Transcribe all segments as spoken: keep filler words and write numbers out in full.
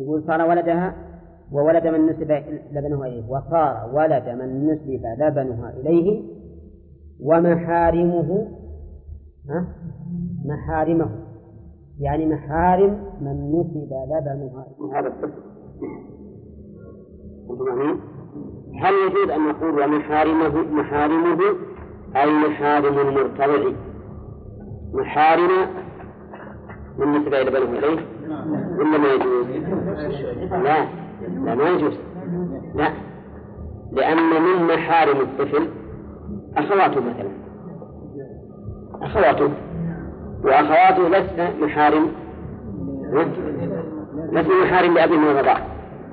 يقول صار ولدها وولد من نسب لبنها إليه، وصار ولد من نسب لبنها إليه ومحارمه ها؟ محارمه يعني محارم من نسب لبنها إليه. هذا الطفل هل يجوز أن نقول ومحارمه محارمه أي محارم المرتضع محارم من نسب لبنه إليه ولا ما يجوز؟ لا لا ما يجوز، لا، لأن من محارم الطفل أخواته مثلا، أخواته وأخواته لسن محارم لسن محارم لأبيه من الرضاع،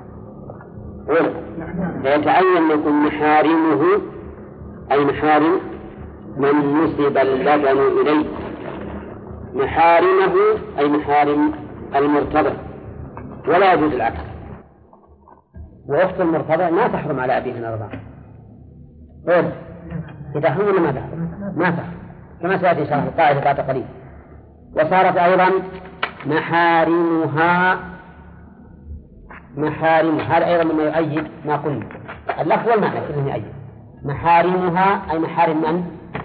فيتعين أن يكون محارمه أي محارم من نسب اللبن إليه، محارمه أي محارم المرتضع، ولا يجوز العكس. وأخت المرتضع ما تحرم على أبيه من الرضاع، قول إذا حرم ما تحرم ما تحرم كما سيأتي شرح القاعدة بعد قليل. وصارت أيضا محارمها محارم، هذا أيضا مما يؤيد ما قلنا، اللفظ والمعنى كله يؤيد. محارمها أي محارم من؟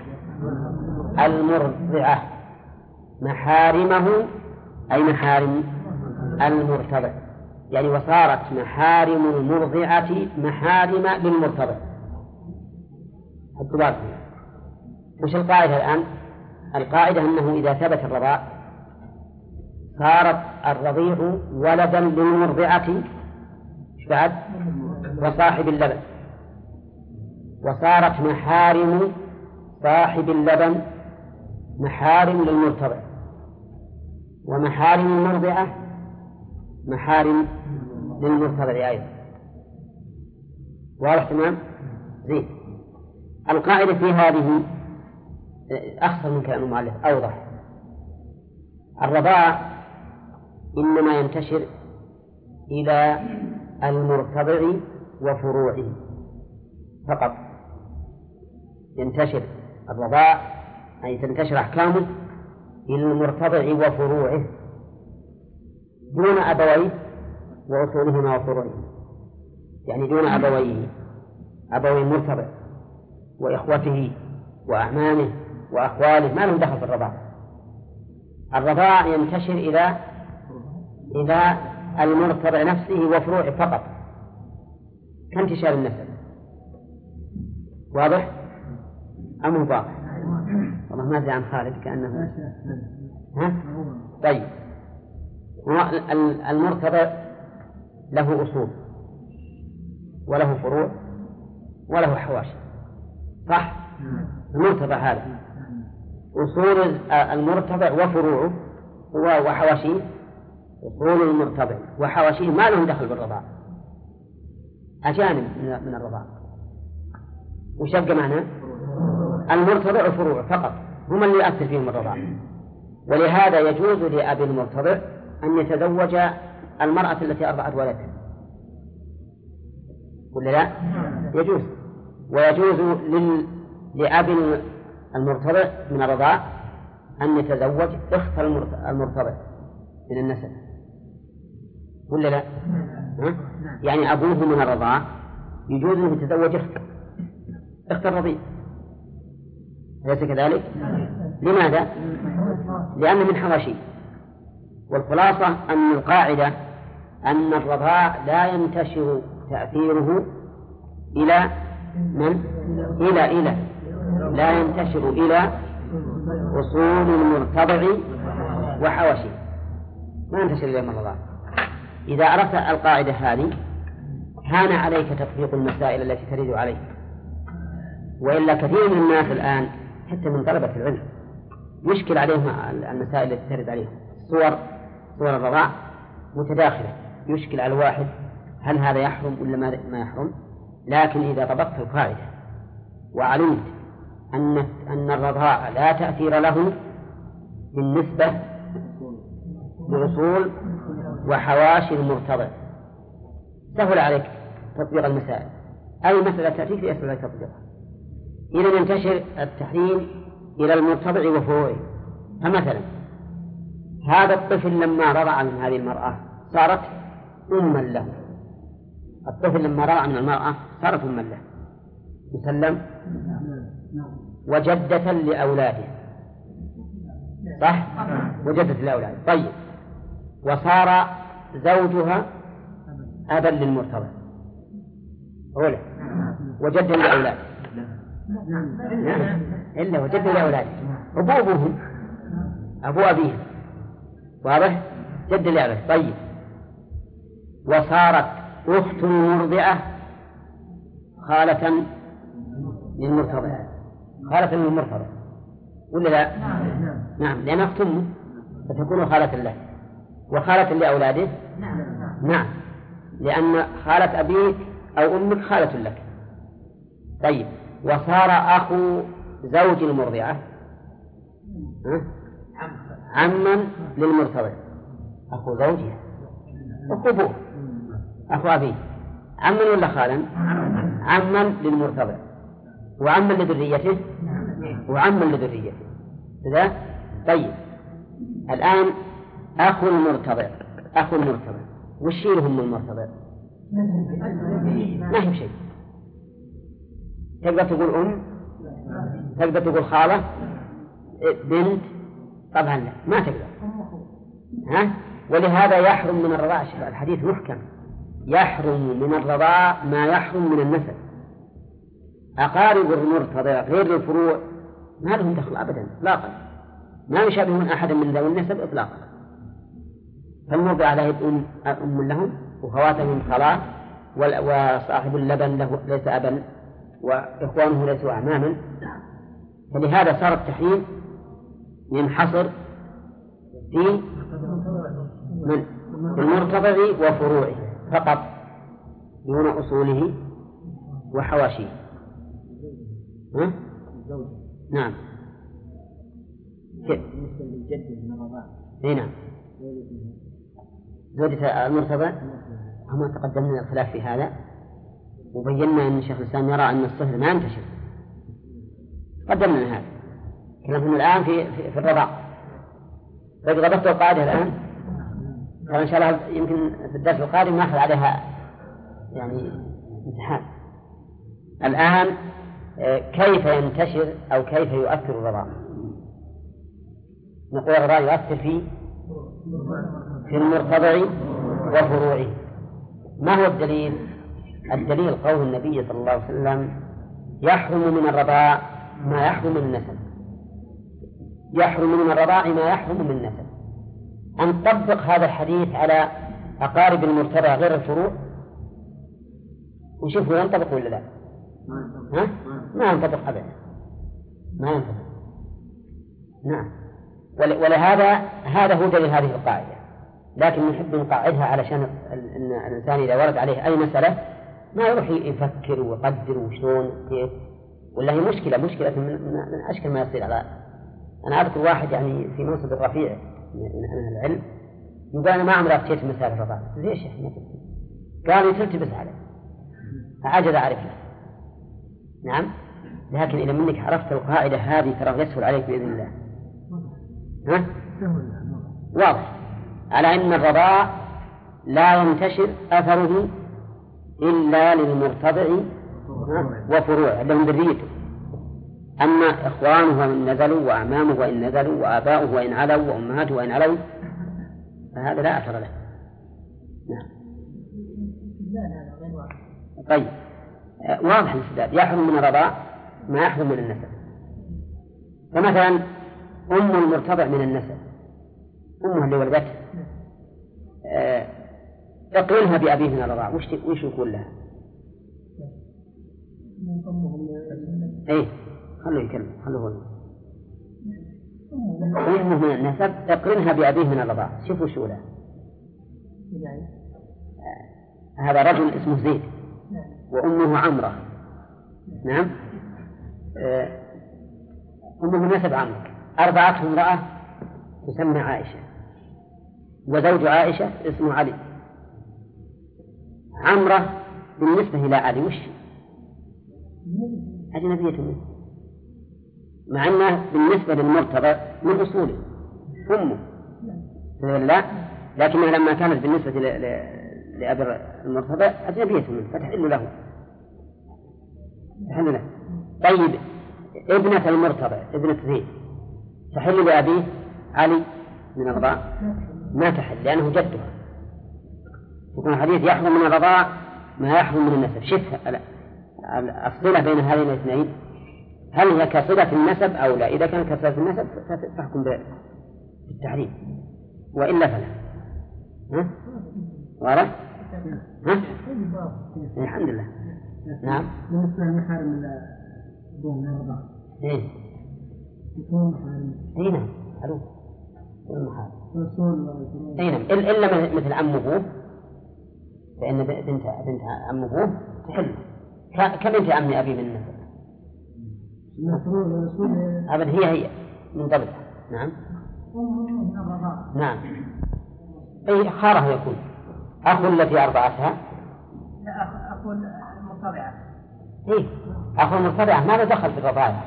المرضعة، محارمه أي محارم المرتضع، يعني وصارت محارم المرضعة محارم للمرتضع. الكبار وش القاعدة الآن؟ القاعدة أنه إذا ثبت الرضاع صارت الرضيع ولدا للمرضعة بعد وصاحب اللبن، وصارت محارم صاحب اللبن محارم للمرتضع، ومحارم المرضعة محارم للمرتضع أيضا. واضح تمام؟ زين. القاعدة في هذه أخصر من كلام المؤلف، أوضح. الرضاع إنما ينتشر إلى المرتضع وفروعه فقط، ينتشر الرضاع أي تنتشر أحكامه إلى المرتضع وفروعه دون أبويه وأصولهما وفروعه، يعني دون أبويه أبوي المرتضع وإخوته وأعمامه وأخواله ما لهم دخل في الرضاع. الرضاع ينتشر إلى إلى المرتضع نفسه وفروعه فقط كانتشار النسل. واضح أم هو واضح؟ والله ما أدري عن خالد كأنه ها؟ طيب، المرتضع له أصول وله فروع وله حواشي، صح؟ المرتضع هذا أصول المرتضع وفروعه وحواشيه، أصول المرتضع وحواشيه ما لهم دخل بالرضاع، أجانب من الرضاع. وش يبقى معنا؟ المرتضع وفروعه فقط هم اللي يؤثر فيهم الرضاع. ولهذا يجوز لأبي المرتضع أن يتزوج المرأة التي أرضعت ولده، ولا لا؟ يجوز. ويجوز لل... لأبي المرتضع من الرضاع أن يتزوج أخت المرتضع من النسب، ولا لا؟ ها؟ يعني أبوه من الرضاع يجوز أن يتزوج أخت أخت الرضيع، أليس كذلك؟ لماذا؟ لأنه من حواشي. والخلاصة أن القاعدة أن الرضاع لا ينتشر تأثيره إلى من؟ إلى إلى لا ينتشر إلى أصول المرتضع وحواشي، ما ينتشر إلى الرضاع. إذا أردت القاعدة هذه كان عليك تطبيق المسائل التي ترد عليك، وإلا كثير من الناس الآن حتى من طلبة العلم يشكل عليهم المسائل التي ترد عليهم، صور صور الرضاع متداخلة، يشكل على الواحد هل هذا يحرم ولا ما يحرم. لكن إذا طبقت القاعدة وعلمت أن أن الرضاع لا تأثير له بالنسبة لأصول وحواشي المرتضع سهل عليك تطبيق المسائل. أي مسألة تأتيك يسهل عليك تطبيقها. إذا ينتشر التحريم إلى المرتضع وفروعه. فمثلا هذا الطفل لما رضع من هذه المرأة صارت أما له. الطفل لما رضع من المرأة صارت أما له مسلم، وجدة لأولاده، صح؟ وجدة لأولاده. طيب، وصار زوجها أبا للمرتضع أولا، وجدة لأولاده. نعم، إلا وجدة لأولاده، أبو أبوهم، أبو أبيهم، واضح؟ جدة لأولاده. طيب، وصارت أخت المرضعة خالة للمرتضع، خالة للمرتضع ولا لا؟ نعم، لأن أخت أمه فتكون خالة له، وخالة لأولاده. نعم، لأن خالة أبيك أو أمك خالة لك. طيب، وصار أخو زوج المرضعة عما للمرتضع، أخو زوجها، أخو أبوه، أخو أبيه، عما ولا خالا؟ عما للمرتضع، وعما لذريته، وعما لذريته كذا. طيب، الآن أخو المرتضع، أخو المرتضع وش لهم المرتضع؟ ما هي شيء. تقدر تقول أم، تقدر تقول خالة، بنت، طبعا لا، ما تقدر. ها؟ ولهذا يحرم من الرضاعة، الحديث محكم، يحرم من الرضاعة ما يحرم من النسب. أقارب المرتضع غير الفروع ما لهم دخل أبدا إطلاقا، ما يشابهون أحدا من ذوي النسب إطلاقا. فالمرضع عليه أم, أم لهم، وخواتهم خالات، وصاحب اللبن له ليس أبا، وإخوانه ليسوا أعماما. فلهذا صار التحريم ينحصر في من المرتضع وفروعه فقط دون أصوله وحواشيه. ها؟ نعم. كيف؟ اي نعم. زوجة المرتضع هم تقدمنا الخلاف في هذا، وبينا أن الشيخ الإسلام يرى أن الصهر ما ينتشر. قدمنا هذا كلامنا الآن في في, في الرضاع. فإذا ضبطت القاعدة الآن فإن شاء الله يمكن في الدرس القادم نأخذ عليها يعني امتحان. الآن كيف ينتشر أو كيف يؤثر الرضاع؟ نقول الرضاع يؤثر في في المرتضع وفروعه. ما هو الدليل؟ الدليل قول النبي صلى الله عليه وسلم: يحرم من الرضاع ما يحرم من النسب، يحرم من الرضاع ما يحرم من النسب. أن نطبق هذا الحديث على أقارب المرتضع غير الفروع وشوفوا ينطبق ولا لا؟ ها؟ ما ينطبق أبدا، ما ينطبق. نعم. ولهذا هذا هو دليل هذه القاعدة، لكن نحب نقاعدها علشان أن الإنسان إذا ورد عليه أي مسألة ما يروح يفكر ويقدر وشلون كيف، ولا هي مشكلة مشكلة من, من أشكل ما يصير. على أنا أذكر واحد يعني في منصب الرفيع من أهل العلم يقول: أنا ما عمري أفتيت مسائل الرضاعة. ليش يا أخي ما تفتي؟ قال: تلتبس عليه، فعجز أعرف له. نعم، لكن إذا منك عرفت القاعدة هذه ترى يسهل عليك بإذن الله. ها؟ واضح على أن الرضاع لا ينتشر أثره إلا للمرتضع وفروعه لهم ذريته. أما إخوانه وإن نزلوا وأعمامه وإن نزلوا وآباؤه وإن علوا وأمهاته وإن علوا فهذا لا أثر له. نعم. طيب، واضح الاستدلال. يحرم من الرضاع ما يحرم من النسب. فمثلا أم المرتضع من النسب، أمه اللي ولدته اقرنها بأبيه من الرضاع، وش وش يقول لها؟ إيه، خلوا يكلم، خلوا هو. أمه من النسب اقرنها بأبيه من الرضاع، شوفوا شو له. هذا رجل اسمه زيد وأمه عمرة. نعم. أمه من نسب عمرك، أرضعته امرأة تسمى عائشة، وزوج عائشة اسمه علي. عمرة بالنسبة إلى علي وش؟ أجنبية منه، مع أنه بالنسبة للمرتضى من أصوله أمه لا، لكنها لما كانت بالنسبة لأب المرتضع أجنبية منه فتحل له تحل له. طيب ابنة المرتضع ابنة زيد تحل لأبيه علي من الرضاع؟ ما تحل لأنه جدها. يكون الحديث يحرم من الرضاع ما يحرم من النسب. شف الصلة بين هذين الاثنين هل هي كصلة النسب أو لا؟ إذا كان كصلة النسب فتحكم بالتحريم وإلا فلا. ها؟ واضح؟ ها؟ الحمد لله. نعم. بالنسبة للمحارم الضوء من الرضاع. إيه. يكون محارم. إيه نعم. حلو. المحارم. رسول. إيه نعم. إلا مثل عم أبوه فإن بنت بنت عم أبوه تحل كبنت عم أبي من النسب. أبدا هي هي من ضبطها. نعم. نعم. أي خاره يكون أخو التي أرضعتها. لا أخو المرتضعة. إيه أخو المرتضعة ما له دخل في الرضاعة.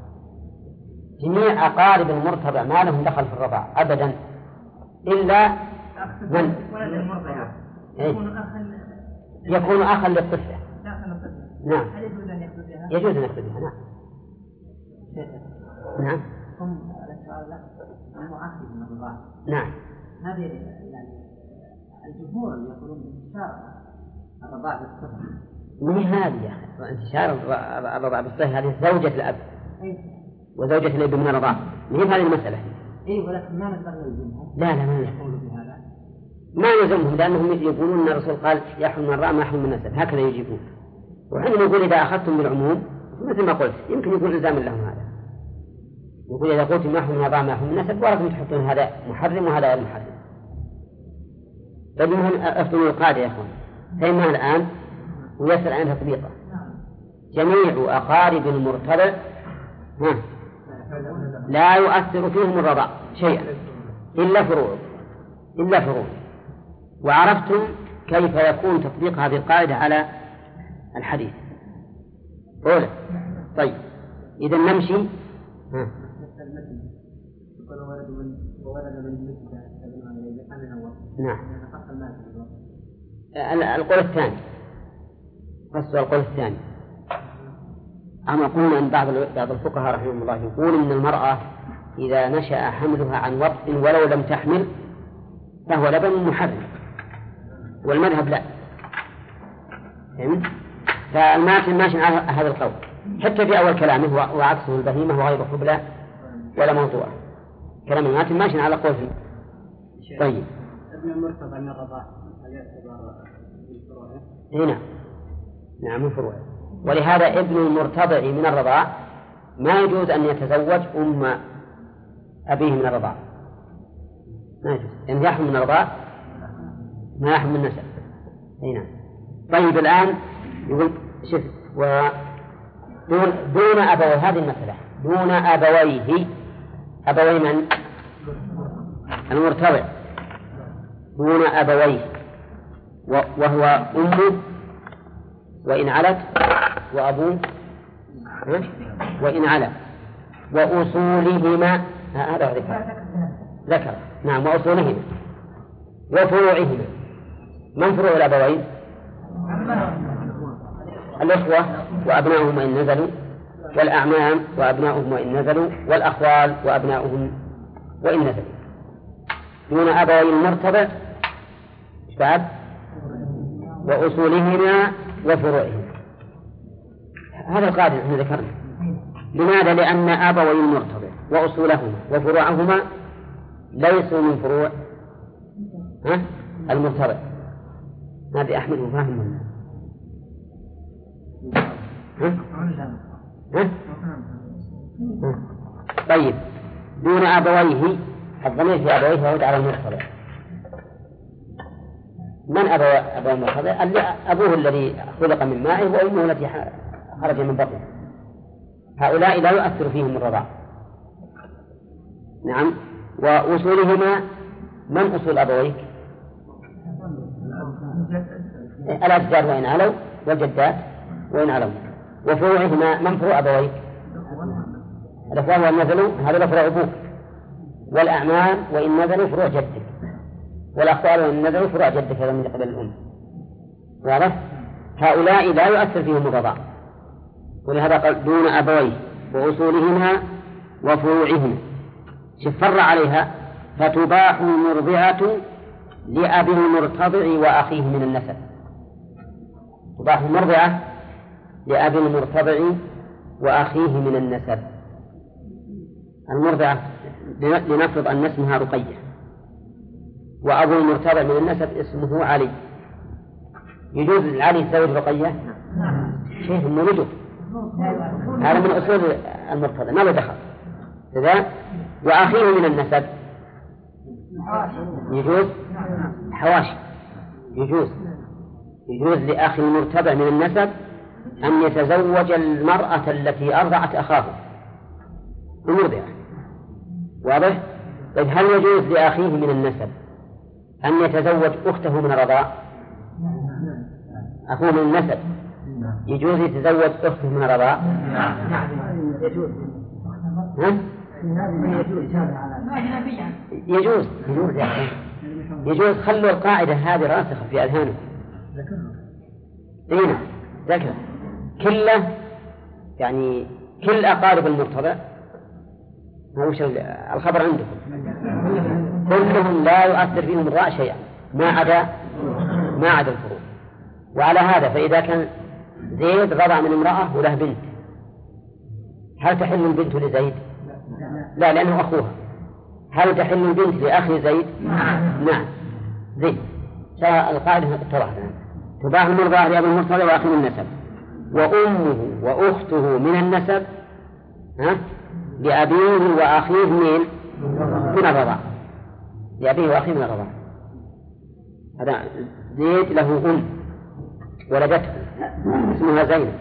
جميع أقارب المرتضع ما لهم دخل في الرضاعة أبدا إلا من ولد المرضعة. إيه؟ يكون أخا للطفلة. نعم. هل يجوز أن يأخذ بها؟ يجوز أن يأخذ بها. نعم. نعم. هم على السؤال المؤخر من الرضاعة. نعم. هذه يعني الجمهور يقولون انتشار الرضاعة بالصهر. من هذه يا أخي انتشار الرضاعة بالصهر هذه زوجة الأب وزوجة الأب من الرضاعة مهم هذه المسألة. إيه ولكن ما نقدر نلزمهم. لا لا ما يقولوا بهذا. ما يلزمهم لأنهم يقولون أن الرسول قال يحرم من الرضاعة ما يحرم من النسب هكذا يجيبون. وحين نقول إذا أخذتم بالعموم مثل ما قلت يمكن يكون إلزام لهم هذا. يقول إذا قلت ما يحرم من الرضاعة ما يحرم من النسب ولكم تحطون هذا محرم وهذا غير محرم. فالمهم أفتنوا القاعدة يا أخوان. فإنها الآن ويسأل عن تطبيقه. جميع أقارب المرتضع لا يؤثر فيهم الرضاع شيئا إلا فروع إلا فروع. وعرفتم كيف يكون تطبيق هذه القاعدة على الحديث. أولا طيب إذا نمشي. ها. نعم. القول الثاني قصة القول الثاني أما قلنا أن بعض بعض الفقهاء رحمه الله يقول إن المرأة إذا نشأ حملها عن وطء ولو لم تحمل فهو لبن محرم والمذهب لا. فهمت؟ فالماتن ماشي على هذا القول حتى في أول كلامه وعكسه البهيمة وغير حبلى ولا موضوع. كلام الماتن ماشي على قول. طيب. ابن المرتضى من الرضاع هل يعتبر من فروعه؟ هنا نعم من فروعه. ولهذا ابن المرتضع من الرضاع ما يجوز أن يتزوج أم أبيه من الرضاع ما يجوز يعني يحرم من الرضاع ما يحرم من النسب. هنا طيب الآن يقول شوف ودون دون أبوي هذه المسألة دون أبويه أبوي من المرتضع دون أبويه وهو أمه وإن علت وأبوه وإن علت وأصولهما هذا ذكر ذكر نعم وأصولهما وفروعهما. من فروع الأبوين؟ الإخوة وأبناؤهم وإن نزلوا والأعمام وأبناؤهم وإن نزلوا والأخوال وأبناؤهم وإن نزلوا. دون أبوي المرتضع بعد وأصولهما وفروعهما. هذا القاعدة نحن ذكرنا. لماذا؟ لأن أبوي المرتضع وأصولهما وفروعهما ليسوا من فروع ها؟ المرتضع. هذه أحمد وفاهم ولا ها؟ ها؟ ها؟ طيب دون أبويه الضمير في أبويه يعود على المرتضع. من أبو أبو المرتضع؟ أبوه الذي خلق من مائه وأمه التي خرج من بطنه. هؤلاء لا يؤثر فيهم الرضاع. نعم. وأصولهما من أصول أبويك؟ الأجداد وإن علوا والجدات وإن علوا. وفروعهما من فروع أبويك؟ الأخوان وإن نزلوا هذا فروع أبوك. والأعمام وإن نزلوا فروع جدك. والأخوال وإن نزلوا فروع جدك هذا من قبل الأم. واضح؟ هؤلاء لا يؤثر فيهم الرضاع، ولهذا قال دون أبويه وأصولهما وفروعهما. شف فر عليها فتباح المرضعة لأبي المرتضع وأخيه من النسب. تباح المرضعة لأبي المرتضع وأخيه من النسب. المرضعة لنفرض أن اسمها رقية، وأبو المرتضع من النسب اسمه علي، يجوز لعلي يتزوج رقية؟ شيء مولده، هذا من أصول المرتضع ما له دخل. إذا وأخيه من النسب يجوز حواشي، يجوز يجوز لأخي المرتضع من النسب أن يتزوج المرأة التي أرضعت أخاه المرضعة. واضح؟ طيب هل يجوز لأخيه من النسب أن يتزوج أخته من الرضاع؟ أخوه من النسب يجوز يتزوج أخته من الرضاع؟ يجوز. يجوز يجوز يا أخي يجوز. خلوا القاعدة هذه راسخة في أذهانكم. هنا ذكر كله يعني كل أقارب المرتضع وش الخبر عندكم كلهم لا يؤثر فيهم الرضاع شيئا ما عدا ما عدا الفروع. وعلى هذا فإذا كان زيد رضع من امرأة وله بنت، هل تحل البنت لزيد؟ لا، لأنه أخوها. هل تحل البنت لأخي زيد؟ نعم. زيد القاعدة اتضحت. تباح المرضعة لأبي المرتضع وأخي من النسب، وأمه وأخته من النسب ها لأبيه وأخيه من من الرضاع، لأبيه وأخيه من الرضاع. هذا زيد له أم ولدته اسمها زينب،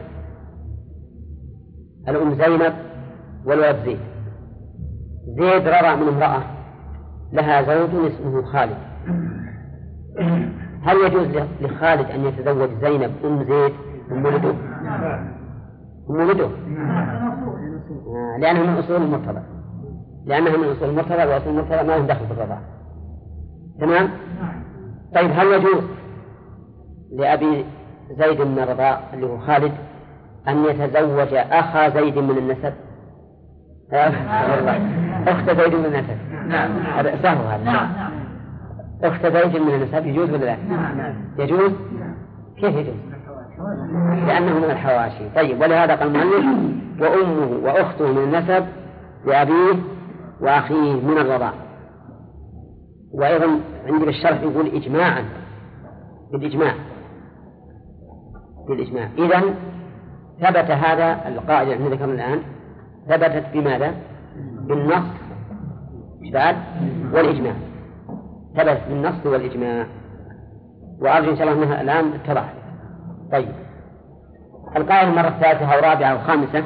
الأم زينب والولد زيد. زيد رضع من امرأة لها زوج اسمه خالد. هل يجوز لخالد أن يتزوج زينب أم زيد أم ولده؟ أم ولده لأنها من أصول المرتضى، لأنها من أصول المرتضى، وأصول المرتضى ما لهم دخل في الرضاعة. تمام؟ طيب هل يجوز لأبي زيد من الرضاع اللي هو خالد أن يتزوج أخا زيد من النسب؟ أخت زيد من النسب. هذا سهل هذا. أخت زيد من النسب يجوز ولا لا؟ يجوز. كيف يجوز؟ لأنه من الحواشي. طيب ولهذا قال المؤلف وأمه وأخته من النسب لأبيه وأخيه من الرضاع. وأيضا عندي بالشرح يقول إجماعا بالإجماع بالإجماع. إذن ثبت هذا القاعدة التي ذكرنا الآن ثبتت بماذا؟ بالنص بعد والإجماع. ثبت بالنص والإجماع، وأرجو إن شاء الله أنها الآن اتضحت. طيب القاعدة المرة الثالثة أو الرابعة أو الخامسة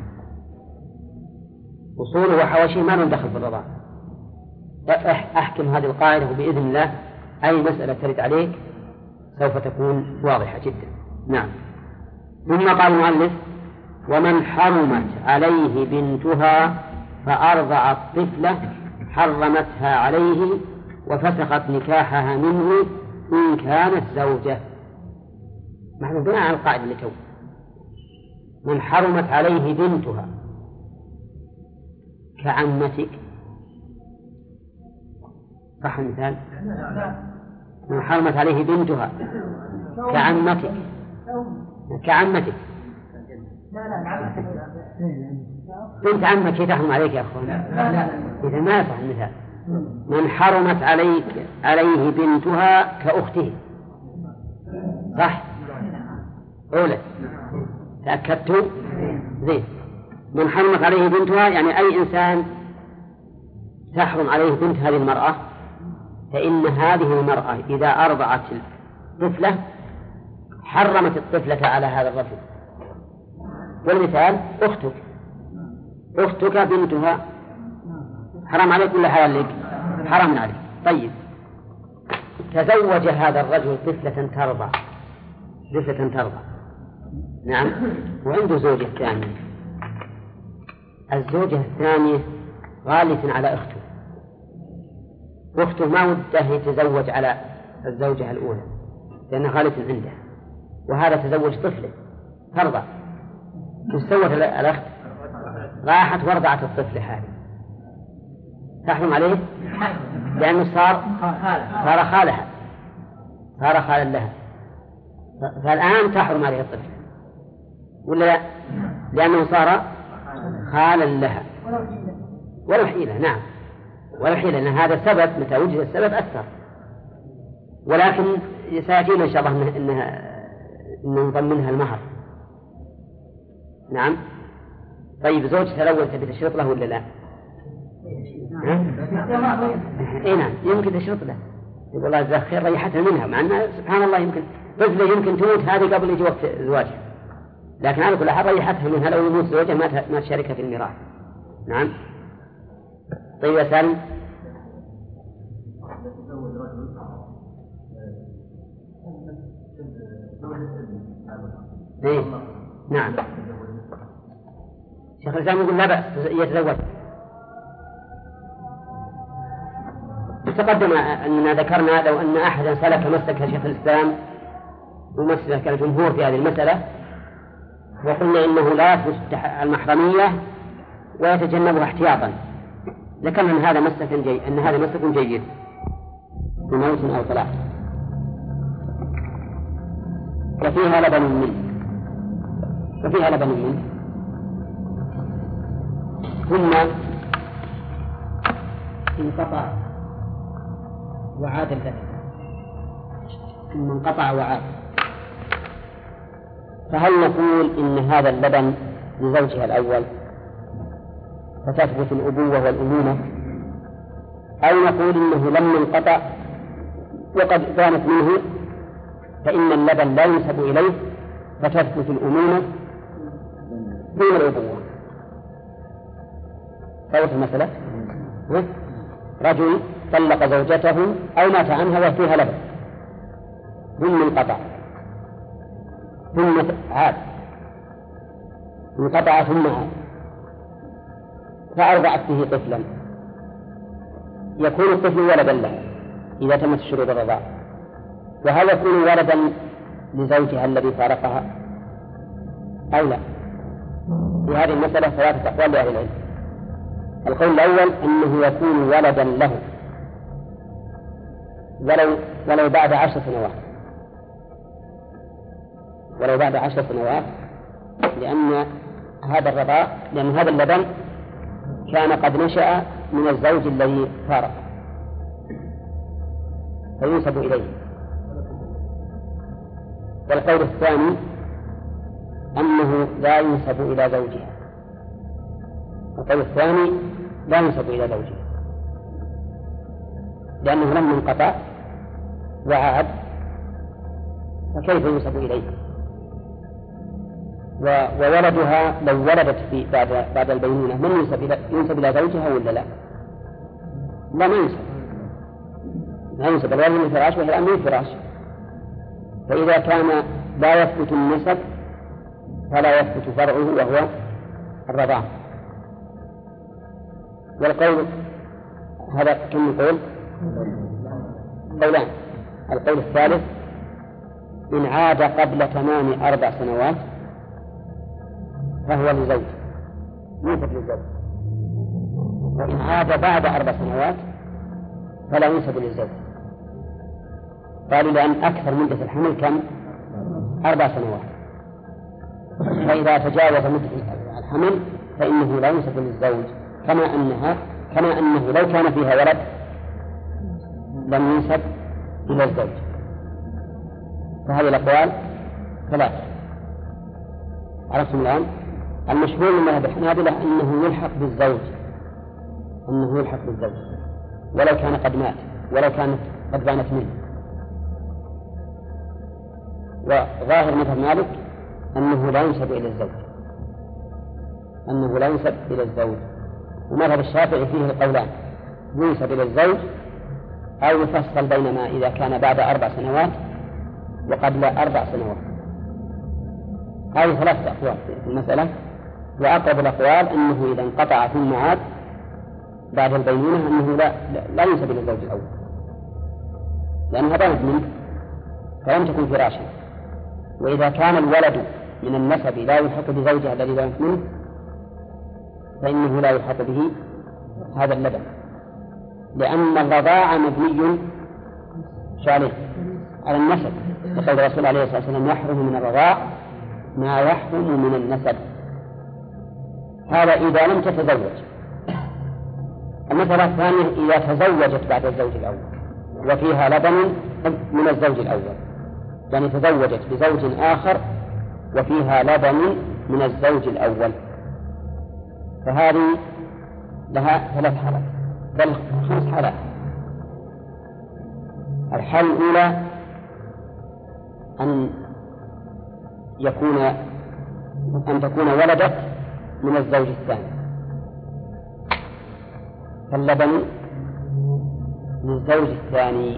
أصوله وحواشيه ما لهم دخل في الرضاعة. أحكم هذه القاعدة وبإذن الله أي مسألة ترد عليك سوف تكون واضحة جدا. نعم. ثم قال المؤلف ومن حرمت عليه بنتها فأرضعت طفلة حرمتها عليه وفسخت نكاحها منه إن كانت زوجة. نحن بناء على القاعدة اللي تو من حرمت عليه بنتها كعمتك، صح المثال؟ من حرمت عليه بنتها كعمتك كعمتك بنت عمك تحرم عليك يا أخوان. إذا ما يصح المثال. من حرمت عليك عليه بنتها كأخته، صح؟ أولى تأكدت زين. من حرمت عليه بنتها يعني أي إنسان تحرم عليه بنت هذه المرأة، فإن هذه المرأة إذا أرضعت الطفلة حرمت الطفلة على هذا الرجل. والمثال أختك أختك بنتها حرام عليك ولا حلال لك؟ حرام عليك. طيب تزوج هذا الرجل طفلة ترضع طفلة ترضع نعم، وعنده زوجة ثانية. الزوجة الثانية غالية على أخته، أخته ما وده يتزوج على الزوجة الأولى لأنها غالية عندها، وهذا تزوج طفله فرضا، كيف سوت الأخت؟ راحت ورضعت الطفل هذا، تحرم عليه لأنه صار صار خالها، صار خالا لها، فالآن تحرم عليه الطفل ولا لا؟ لأنه صار خالا لها ولا حيلة. نعم ولا حيلة، لأن هذا سبب، متى وجد السبب أثر. ولكن سيأتينا إن شاء الله إنها إنه نضمنها المهر. نعم. طيب زوجته الأول تبي تشرط له ولا لا؟ إيه نعم يمكن تشرط له، يقول الله جزاك خير ريحتها منها، مع أنها سبحان الله يمكن طفلة يمكن تموت هذه قبل يجي وقت زواجها، لكن على كل حال ريحتها منها لو يموت زوجها ما ما تشاركها في الميراث. نعم. طيب يا سالم. إيه؟ نعم. شيخ الإسلام يقول لا بأس يتزوج. تقدم أننا ذكرنا لو أن أحدا سلك مسلك شيخ الإسلام ومسلك الجمهور في هذه المسألة، وقلنا إنه لا يثبت المحرمية ويتجنبها احتياطا، ذكرنا أن هذا مسلك جيد، أن هذا مسلك جيد بموت أو طلاق. وفيها لبن منه، وفيها لبن منه ثم انقطع وعاد اللبن، ثم انقطع وعاد، فهل نقول إن هذا اللبن لزوجها الأول فتثبت الأبوة والأمومة، أو نقول إنه لم ينقطع وقد كانت منه فإن اللبن لا ينسب إليه فتثبت الأمومة دون الأبوة؟ صوت المسألة رجل طلق زوجته أو مات عنها وفيها لبن ثم انقطع ثم عاد، انقطع ثم عاد، فأرضعت به طفلا، يكون الطفل ولدا له إذا تمت شروط الرضاعة، وهل يكون ولدا لزوجها الذي فارقها أو لا؟ في هذه المسألة ثلاثة أقوال لأهل العلم. القول الأول أنه يكون ولدا له ولو ولو بعد عشر سنوات، ولو بعد عشر سنوات، لأن هذا الرضاع لأن هذا اللبن كان قد نشأ من الزوج الذي فارق فينسب إليه. والقول الثاني أنه لا ينسب إلى زوجها، القول الثاني لا ينسب إلى زوجها لأنه لم ينقطع وعاد، فكيف ينسب إليه؟ وولدها لو ولدت في بعد بعد البينونة من ينسب إلى ينسب إلى زوجها ولا لا؟ لا ما ينسب، لا ينسب الولد من الفراش وهي الآن من الفراش، فإذا كان لا يثبت النسب فلا يثبت فرعه وهو الرضاعة. والقول هذا كم يقول؟ قولان. القول الثالث إن عاد قبل تمام أربع سنوات فهو لزوج ينسب للزوج، وإن عاد بعد أربع سنوات فلا ينسب للزوج. قالوا لأن أكثر مدة الحمل كم؟ أربع سنوات، فإذا تجاوز مدة الحمل فإنه لا ينسب للزوج، كما أنها كما أنه لو كان فيها ولد لم ينسب إلى الزوج. فهذه الأقوال ثلاثة. عرفتم الآن؟ المشهور من مذهب الحنابلة أنه يلحق بالزوج، أنه يلحق بالزوج ولو كان قد مات، ولو كانت قد بانت منه. وظاهر مذهب مالك أنه لا ينسب إلى الزوج، أنه لا ينسب إلى الزوج. ومذهب الشافعي فيه القولان، ينسب إلى الزوج أو يفصل بينما إذا كان بعد أربع سنوات وقبل أربع سنوات. هذه ثلاثة أقوال في المسألة، وأقرب الأقوال أنه إذا انقطع ثم عاد بعد البينونة أنه لا, لا ينسب إلى الزوج الأول، لأنها بانت منه فلم تكن فراشا. وإذا كان الولد من النسب لا يلحق بزوجها الذي لا يمكن منه فإنه لا يلحق به هذا اللبن، لأن الرضاعة مبني عليه على النسب، وقال الرسول عليه الصلاة والسلام يحرم من الرضاع ما يحرم من النسب. هذا إذا لم تتزوج. المسألة الثانية إذا تزوجت بعد الزوج الأول وفيها لبن من الزوج الأول، يعني تزوجت بزوج آخر وفيها لبن من الزوج الأول، فهذه لها ثلاث حالات بل خمس حالات. الحالة الأولى أن يكون أن تكون ولدت من الزوج الثاني، فاللبن من الزوج الثاني،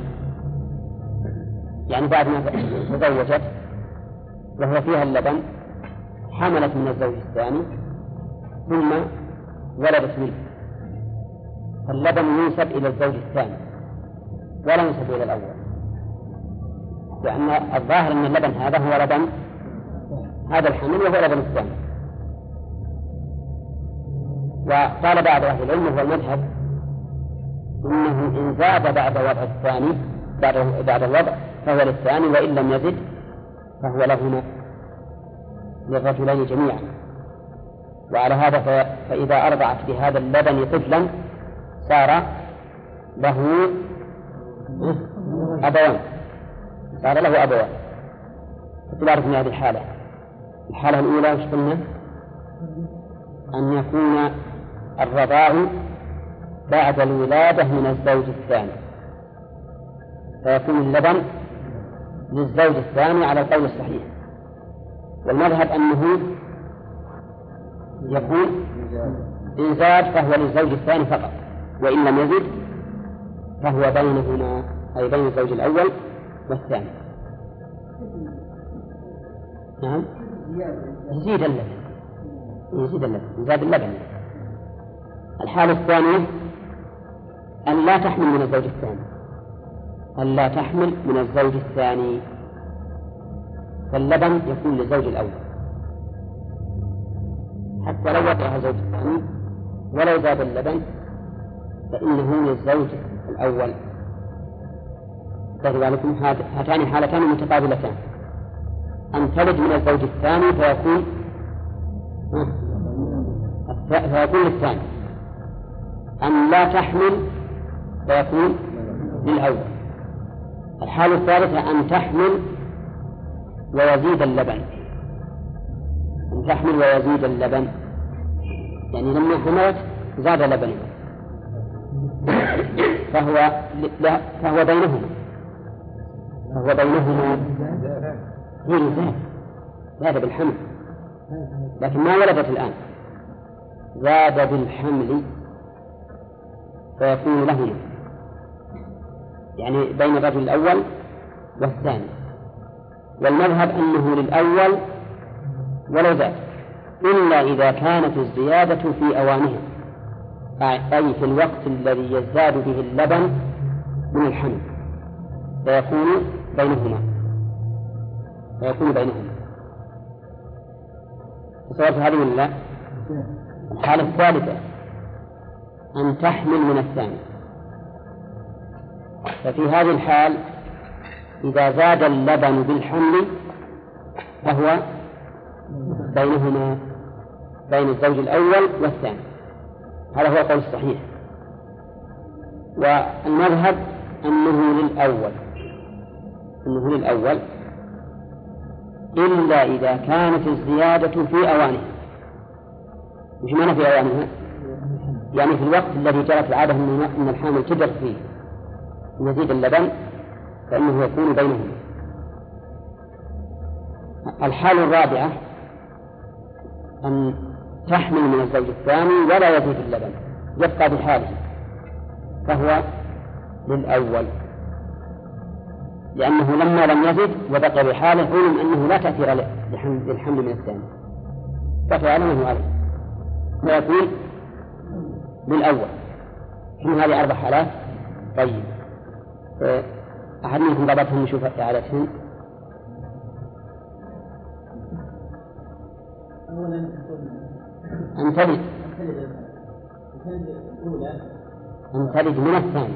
يعني بعد ما تزوجت وهو فيها اللبن حملت من الزوج الثاني ثم ولدت منه، فاللبن ينسب إلى الزوج الثاني ولا ينسب إلى الأول، لأن الظاهر أن اللبن هذا هو لبن هذا الحمل وهو لبن الثاني. وقال بعض أهل العلم وهو المذهب إنه إن زاد بعد وضع الثاني بعد بعد الوضع فهو للثاني، وإن لم يزد فهو لهما للرجلين جميعا. وعلى هذا فإذا أرضعت بهذا اللبن طفلا صار له أبوان صار له أبوان. فتعرف من هذه الحالة. الحالة الأولى وش قلنا؟ أن يكون الرضاع بعد الولادة من الزوج الثاني، فيكون اللبن للزوج الثاني على القول الصحيح. والمذهب أنه يكون إن زاد فهو للزوج الثاني فقط، وإن لم يزد فهو بينهما أي بين الزوج الأول والثاني. نعم يزيد اللبن يزيد اللبن يزاد اللبن. الحالة الثانية أن لا تحمل من الزوج الثاني أن لا تحمل من الزوج الثاني، فاللبن يكون للزوج الأول حتى لو وضعها الزوج الثاني ولو زاد اللبن فإنه للزوج الأول. فلذلك هاتان حالتان متقابلتان، أن تلد من الزوج الثاني فيكون فيكون للثاني، أن لا تحمل فيكون للأول. الحالة الثالثة أن تحمل ويزيد اللبن أن تحمل ويزيد اللبن يعني لما حملت زاد لبنها فهو فهو بينهما فهو بينهما هي زاد زاد بالحمل، لكن ما ولدت الآن، زاد بالحمل فيكون لهما يعني بين الرجل الأول والثاني. والمذهب أنه للأول ولو زاد، إلا إذا كانت الزيادة في أوانها، أي في الوقت الذي يزداد به اللبن من الحمل فيكون بينهما فيكون بينهما تصورت هذه ولا لا؟ الحالة الثالثة أن تحمل من الثاني، ففي هذه الحال إذا زاد اللبن بالحمل فهو بينهما بين الزوج الأول والثاني، هذا هو القول الصحيح. والمذهب أنه للأول أنه للأول إلا إذا كانت الزيادة في أوانها. مش معنى في أوانها؟ يعني في الوقت الذي جرت العادة من الحامل تجر فيه يزيد اللبن فإنه يكون بينهما. الحالة الرابعة أن تحمل من الزوج الثاني ولا يزيد اللبن يبقى بحاله فهو للأول، لأنه لما لم يزد وبقى بحاله علم أنه لا تأثير للحمل من الثاني بقي على ما هو عليه فيكون للأول. من هذه أربع حالات. طيب أحد منكم ضبطهم نشوف إعادتهم. أن تلد أن تلد من الثاني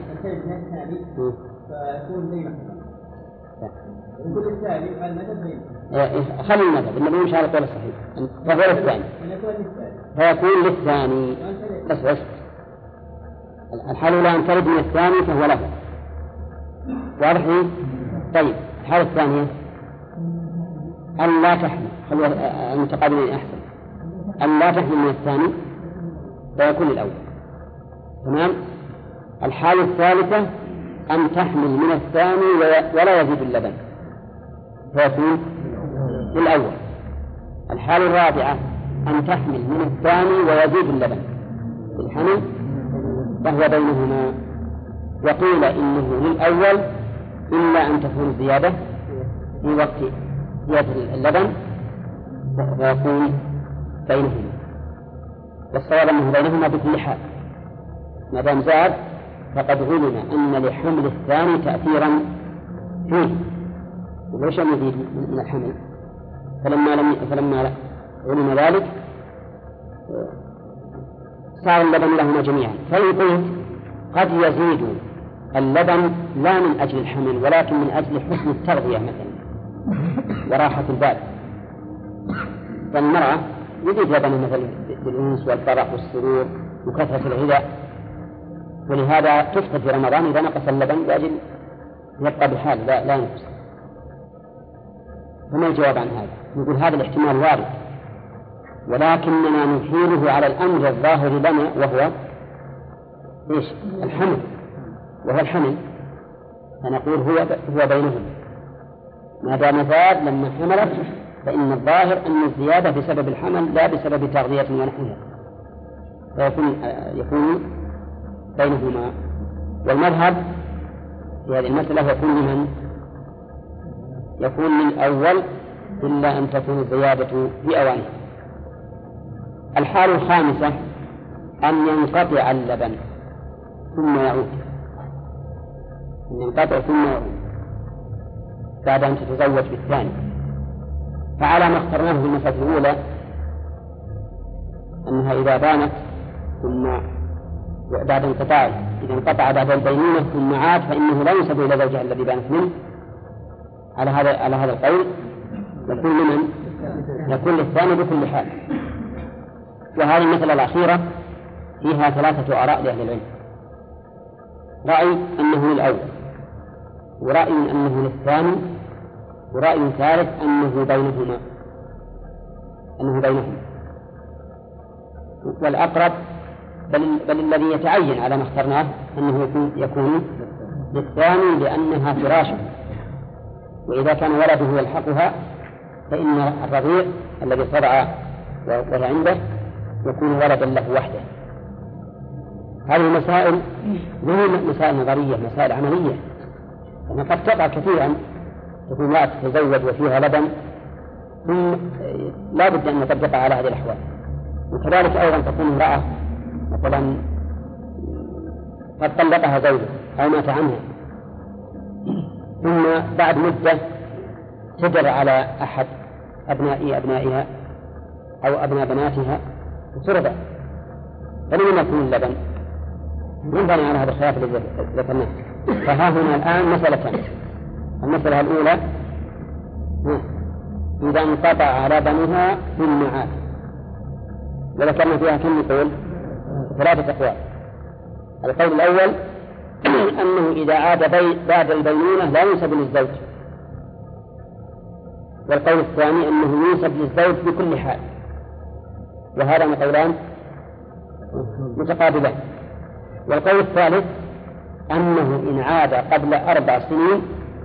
فيكون بينهما يقول الثاني فالمذهب بينهما خلي المذهب النبي مش على القول الصحيح فهو الثاني فيكون للثاني بس بس الحالة الأولى أن تلد من الثاني فهو له واضح لي؟ طيب الحالة الثانية أن لا تحمل خلوا المتقابلين أحسن أن لا تحمل من الثاني فيكون الأول تمام. الحالة الثالثة أن تحمل من الثاني ولا يزيد اللبن فيكون الأول. الحالة الرابعة أن تحمل من الثاني ويزيد اللبن في الحمل فهو بينهما. وقيل إنه للأول إلا أن تكون الزيادة في وقت زيادة اللبن فيكون بينهما. والصواب أنه بينهما بكل حال ما دام زاد فقد علم أن لحمل الثاني تأثيرا فيه وليش يزيد من الحمل فلما لم فلما علم ذلك صار اللبن لهما جميعا. فإن قلت قد يزيد اللبن لا من أجل الحمل ولكن من أجل حسن التغذية مثلا وراحة البال فالمرأة يزيد لبنها مثلا بالأنس والفرح والسرور وكثرة الغذاء ولهذا تفطر في رمضان إذا نقص اللبن لأجل يبقى بحال لا, لا ينقص. فما الجواب عن هذا؟ نقول هذا الاحتمال وارد ولكننا نحيله على الأمر الظاهر لنا وهو إيش؟ الحمل وهو الحمل فنقول هو هو بينهم ما دام زاد لما حملت فإن الظاهر أن الزيادة بسبب الحمل لا بسبب تغذية ونحوها فيكون يكون بينهما. والمذهب في هذه المسألة يكون لمن؟ يكون للأول إلا أن تكون الزيادة في أوانها. الحالة الخامسة أن ينقطع اللبن ثم يعود أن ينقطع ثم يعود بعد أن تتزوج بالثاني. فعلى ما اخترناه في المسألة الأولى أنها إذا بانت ثم بعد انقطاع إذا انقطع بعد البينونة ثم عاد فإنه لا ينسب إلى زوجها الذي بانت منه. على هذا على هذا القول يكون لمن؟ يكون للثاني بكل حال. وهذه المسألة الأخيرة فيها ثلاثة آراء لأهل العلم. رأي أنه للأول ورأي أنه للثاني ورأي ثالث أنه بينهما أنه بينهما والأقرب بل, بل الذي يتعين على ما اخترناه أنه يكون, يكون للثاني لأنها فراشه وإذا كان ولده يلحقها فإن الرضيع الذي صرع وهي عنده يكون ولدا له وحده. هذه المسائل هي مسائل نظرية مسائل عملية أنها قد تقع كثيرا تكون امرأة تتزوج وفيها لبن ثم لا بد أن نطبقها على هذه الأحوال. وكذلك أيضا تكون امرأة مثلا قد طلقها زوجها أو مات عنها ثم بعد مدة تدر على أحد أبناء أبنائها أو أبناء بناتها وترضع فلمن يكون اللبن؟ ينبني على هذا الخلاف الذي ذكرناه. فها هنا الآن مسألتان. المسألة الأولى إذا انقطع لبنها ثم عاد وذكرنا فيها كم قول؟ ثلاثة أقوال. القول الأول أنه إذا عاد بي بعد البينونة لا ينسب للزوج. والقول الثاني أنه ينسب للزوج بكل حال. وهذا قولان متقابلان. والقول الثالث أنه إن عاد قبل أربع سنين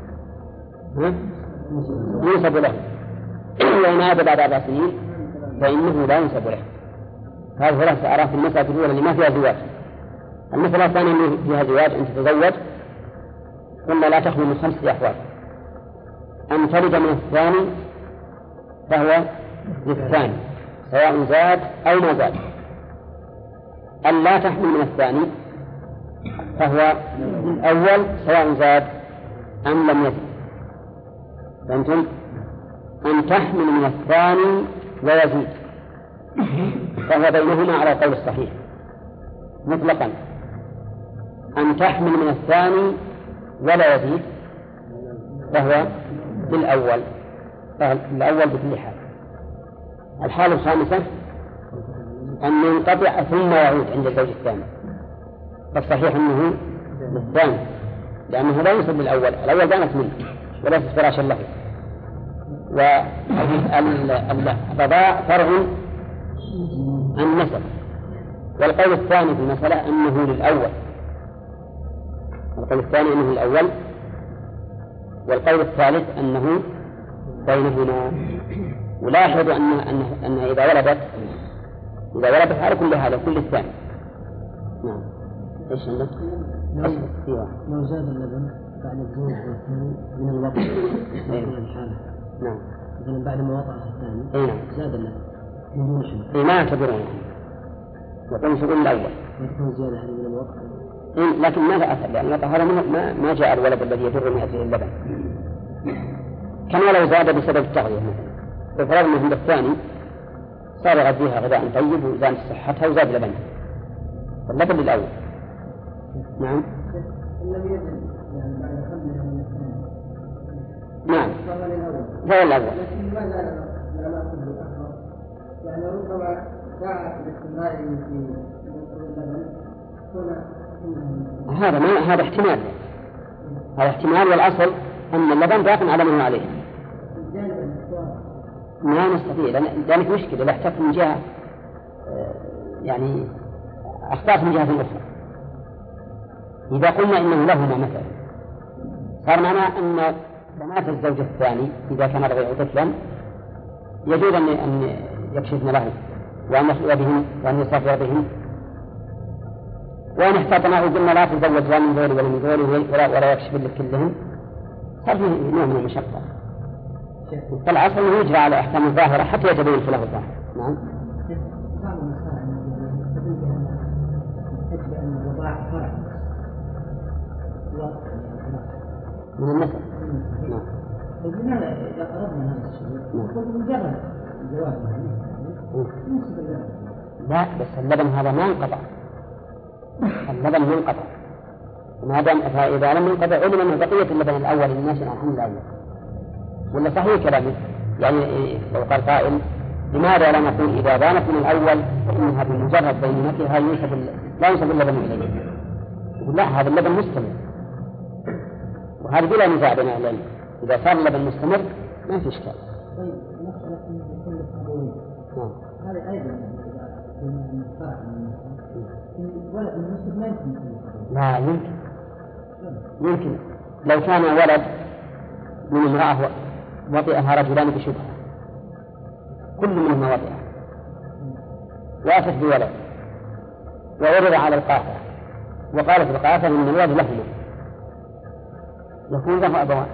ينسب له وإن عاد بعد أربع سنين فإنه لا ينسب له. هذه ثلاثة آراء في المسألة الأولى اللي ما فيها زواج. المسألة الثانية اللي فيها زواج أن تتزوج ثم لا تخلو من خمسة أحوال. أن تلد من الثاني فهو للثاني سواء زاد أو ما زاد. أن لا تحمل من الثاني فهو الأول سواء زاد أم لم يزد. فأنتم أن تحمل من الثاني ويزيد فهو بينهما على القول الصحيح مطلقا، أن تحمل من الثاني ولا يزيد فهو بالأول، الأول بكل حال. الحالة الخامسة أن ينقطع ثم يعود عند الزوج الثاني، فالصحيح أنه للثاني لأنه لا ينسب للأول، الأول كانت منه وليست فراشا له. والرضاع فرع عن نسب، والقول الثاني في المسألة أنه للأول، القول الثاني أنه للأول، والقول الثالث أنه بينهما. ولاحظوا أن أن أن إذا ولدت إذا ولدت على كل هذا كل الثاني. نعم. إيش عندك؟ لو زاد اللبن بعد الزوج الثاني من الوقت من الحالة. نعم. مثلا بعد ما وضع الثاني. إيه نعم. زاد اللبن من دون شيء. إيه ما يعتبرون، يقولون يقول الأول. وتكون زيادة هذه من الوقت. إيه لكن ماذا أثر؟ لأن هذا ما ما جاء الولد الذي يدر من أجله اللبن. كما لو زاد بسبب التغذية مثلا، بفرض أنه الثاني صار يغذيها غذاء طيب وزاد صحتها وزاد لبنها، اللبن للأول. نعم. لم يزل يعني بعد خمسة من الثاني. نعم. فهو للأول. فهو الأول. لكن لماذا لا نأخذ بالأخر؟ يعني ربما ساعة الاستمرار في اللبن هنا. هذا ما هذا احتمال، هذا احتمال، والأصل أن اللبن باق على من هو عليه. ما نستطيع لأنك مشكلة لا احتاج من جهة يعني أخطأت من جهة أخرى. إذا قلنا إنه لهما مثلا صار معنا أن بنات الزوج الثاني إذا كان رضيع طفلا يجوز أن يكشفن له وأن يخلو بهم وأن يسافر بهم، وأن احتاطنا وقلنا لا تزوج لا من ذول ولا من ذول ولا, ولا يكشف لك كلهم، صار فيه نوع من المشقة. فالعصر أنه يجرى على أحكام الظاهرة حتى يجب يدخل له الظاهر. نعم. من النسب. نعم. لماذا إذا قربنا هذا الشيء نقول مجرد الجواز ننسب اللبن؟ لا بس اللبن هذا ما انقطع، اللبن منقطع، ما دام فإذا لم ينقطع علم أنه بقية اللبن الأول الناشئ عن الحمل الأول. ولا صحيح كلامه؟ يعني لو قال قائل لماذا لا نقول إذا بانت من الأول فإنها بمجرد بينتها ينسب لا ينسب اللبن إليه؟ يقول لا، هذا اللبن مستمر، وهذا بلا نزاع بين أهل العلم، إذا صار اللبن مستمر ما في إشكال. طيب مسألة كل القبول. نعم. هذا أيضا بما نفرع من ولد المسلم ما يمكن. لا يمكن. يمكن لو كان ولد من امرأة وطئها رجلان بشبهة، كل منهما وطئها وأتت بولد وعرض على القافة وقالت القافة إن الولد لهما، يكون له أبوان.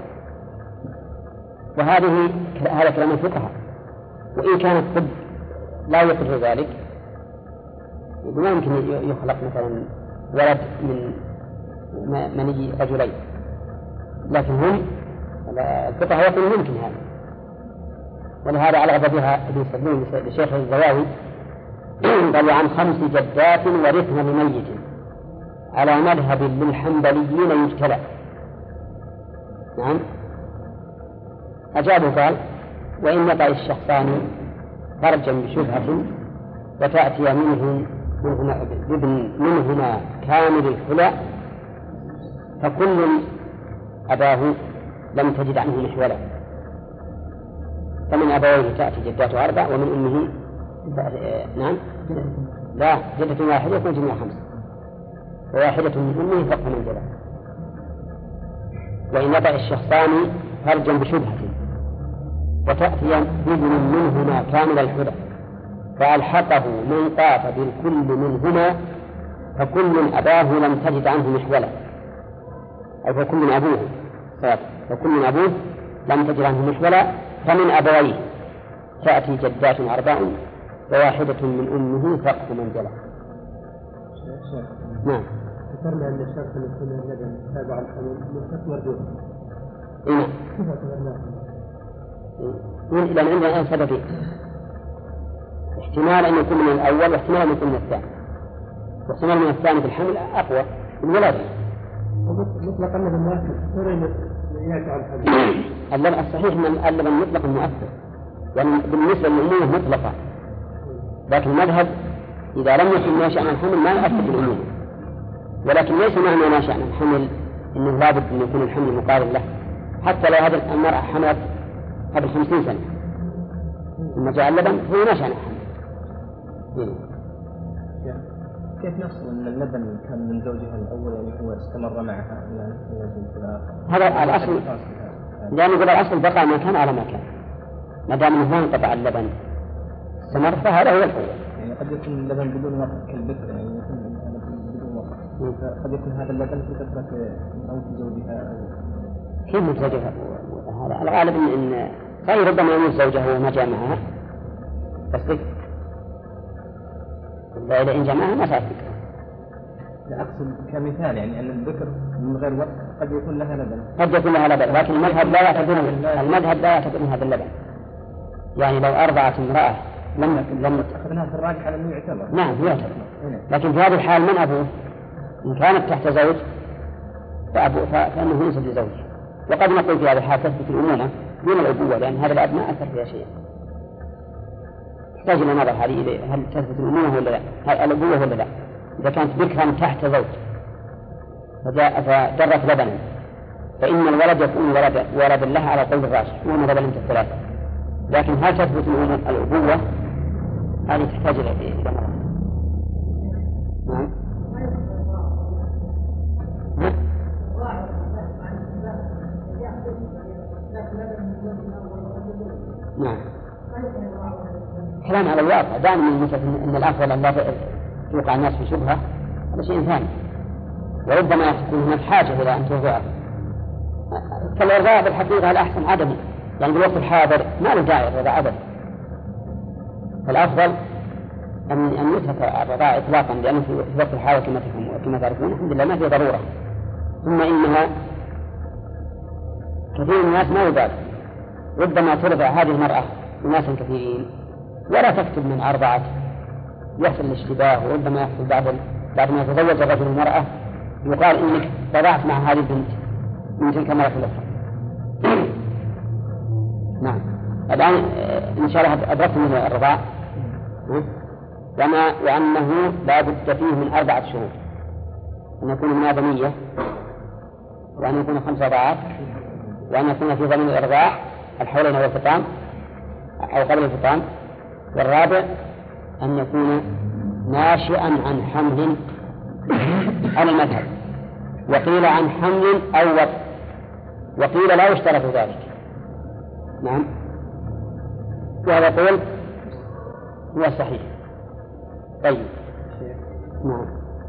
وهذه هذا كلام الفقهاء، وإن كان الطب لا يقر ذلك، ما يمكن يخلق مثلا ولد من مني رجلين، لكن هم الفقهاء يقولون يمكن هذا. ولهذا على بها ابن سبيل لشيخ الزواوي قال عن خمس جدات ورثن لميت على مذهب للحنبليين يجتلى. نعم. أجابه قال وإن يقع الشخصان فرجا بشبهة وتأتي منهم ابن منهما كامل الحلى فكل أباه لم تجد عنه محولا، فمن أبويه تأتي جداته أربع ومن أمه نعم لا جدة واحدة يكون جميع خمس، وواحدة من أمه فقط من جدة. وإن يقع الشخصان فرجا بشبهة وتأتي ابن منهما كامل الحلى فألحقه من طاف بالكل منهما فكل أباه لم تجد عنه محولا، أي فكل أبوه فكل أبوه لم تجد عنه محولا، فمن أبويه تأتي جدات أربع وواحدة من أمه فقط من جلى. نعم. ذكرنا أن الشرط أن يكون اللبن تابع الحمل مستثمر مردود. نعم. كيف اعتبرناه؟ لأن عندنا الآن سببين احتمال أن يكون من الأول واحتمال أن يكون من الثاني، واحتمال من الثاني في الحمل أقوى الولادة. مطلق أنه مؤثر غير يأتي على الحمل. اللبن الصحيح من اللبن مطلق مؤثر، يعني بالنسبة للأمومة مطلقة، لكن المذهب إذا لم يكن ناشئا عن الحمل ما يؤثر بالأمومة، ولكن ليس معنى ناشئا عن الحمل إنه لابد أن يكون الحمل مقارن له، حتى لو هذه المرأة حملت قبل خمسين سنة ثم جاء اللبن هو ناشئ عن الحمل. كيف نفصل أن اللبن كان من زوجها الأول يعني هو استمر معها إلى هذا الأصل، لأن يقول الأصل بقى ما كان على ما كان، ما دام ما انقطع اللبن استمر فهذا هو الأول. يعني قد يكون اللبن بدون وقت كالبكر، يعني يكون اللبن بدون وقت، قد يكون هذا اللبن في فترة أو في زوجها أو كيف من زوجها؟ هذا الغالب إن صحيح ربما يموت زوجها وما جاء معها بس إذا إن جمعها ما صارت بكرة. لا أقصد كمثال يعني أن الذكر من غير وقت قد يكون لها لبن. قد يكون لها لبن، لكن المذهب لا يعتبر المذهب لا يعتبر هذا اللبن. يعني لو أرضعت امرأة لم لم أخذناها في الراجح على أنه يعتبر. نعم يعتبر، لكن في هذه الحال من أبوه؟ إن كانت تحت زوج فأبوه فإنه ينسب لزوجه. وقد نقول في هذه الحال تثبت الأمومة دون الأبوة، لأن هذا الأب ما أثر فيها شيء. تحتاج إلى نظر هذه هل تثبت الأمومة ولا لا، هل الأبوة ولا لا. إذا كانت بكرا تحت زوج فجاء فدرت لبنا فإن الولد يكون ولد ولد لها على قول الراجح وهو مذهب الثلاثة. لكن هل تثبت الأبوة؟ هذه تحتاج إلى نظر. نعم. نعم. كلام على الواقع دائما مثل أن الأفضل أن لا يوقع الناس في شبهة، هذا شيء ثاني، وربما تكون هناك حاجة إلى أن توضع. فالإرضاء بالحقيقة الأحسن عدمي، يعني بالوقت الحاضر ما له داعي الرضاعة أبدا. فالأفضل أن أن يترك الرضاعة إطلاقا، لأنه في وقت الحاضر كما تفهمون كما تعرفون الحمد لله ما في ضرورة. ثم إنها كثير من الناس ما يبال، ربما ترضع هذه المرأة أناسا كثيرين ولا تكتب من أربعة، يحصل الاشتباه، وربما يحصل بعد بعد ما يتزوج الرجل المرأة يقال إنك رضعت مع هذه البنت من تلك المرأة الأخرى. نعم. الآن إن شاء الله أدركت من الرضاع وما وأنه لا بد فيه من أربعة شهور، أن يكون من آدمية، وأن يكون خمس رضاعات، وأن يكون في ضمن الإرضاع الحولين والفطام أو قبل الفطام، والرابع أن يكون ناشئا عن حمل على المذهب، وقيل عن حمل أو وطء، وقيل لا يشترط ذلك. نعم. وهذا قول هو صحيح. طيب. نعم.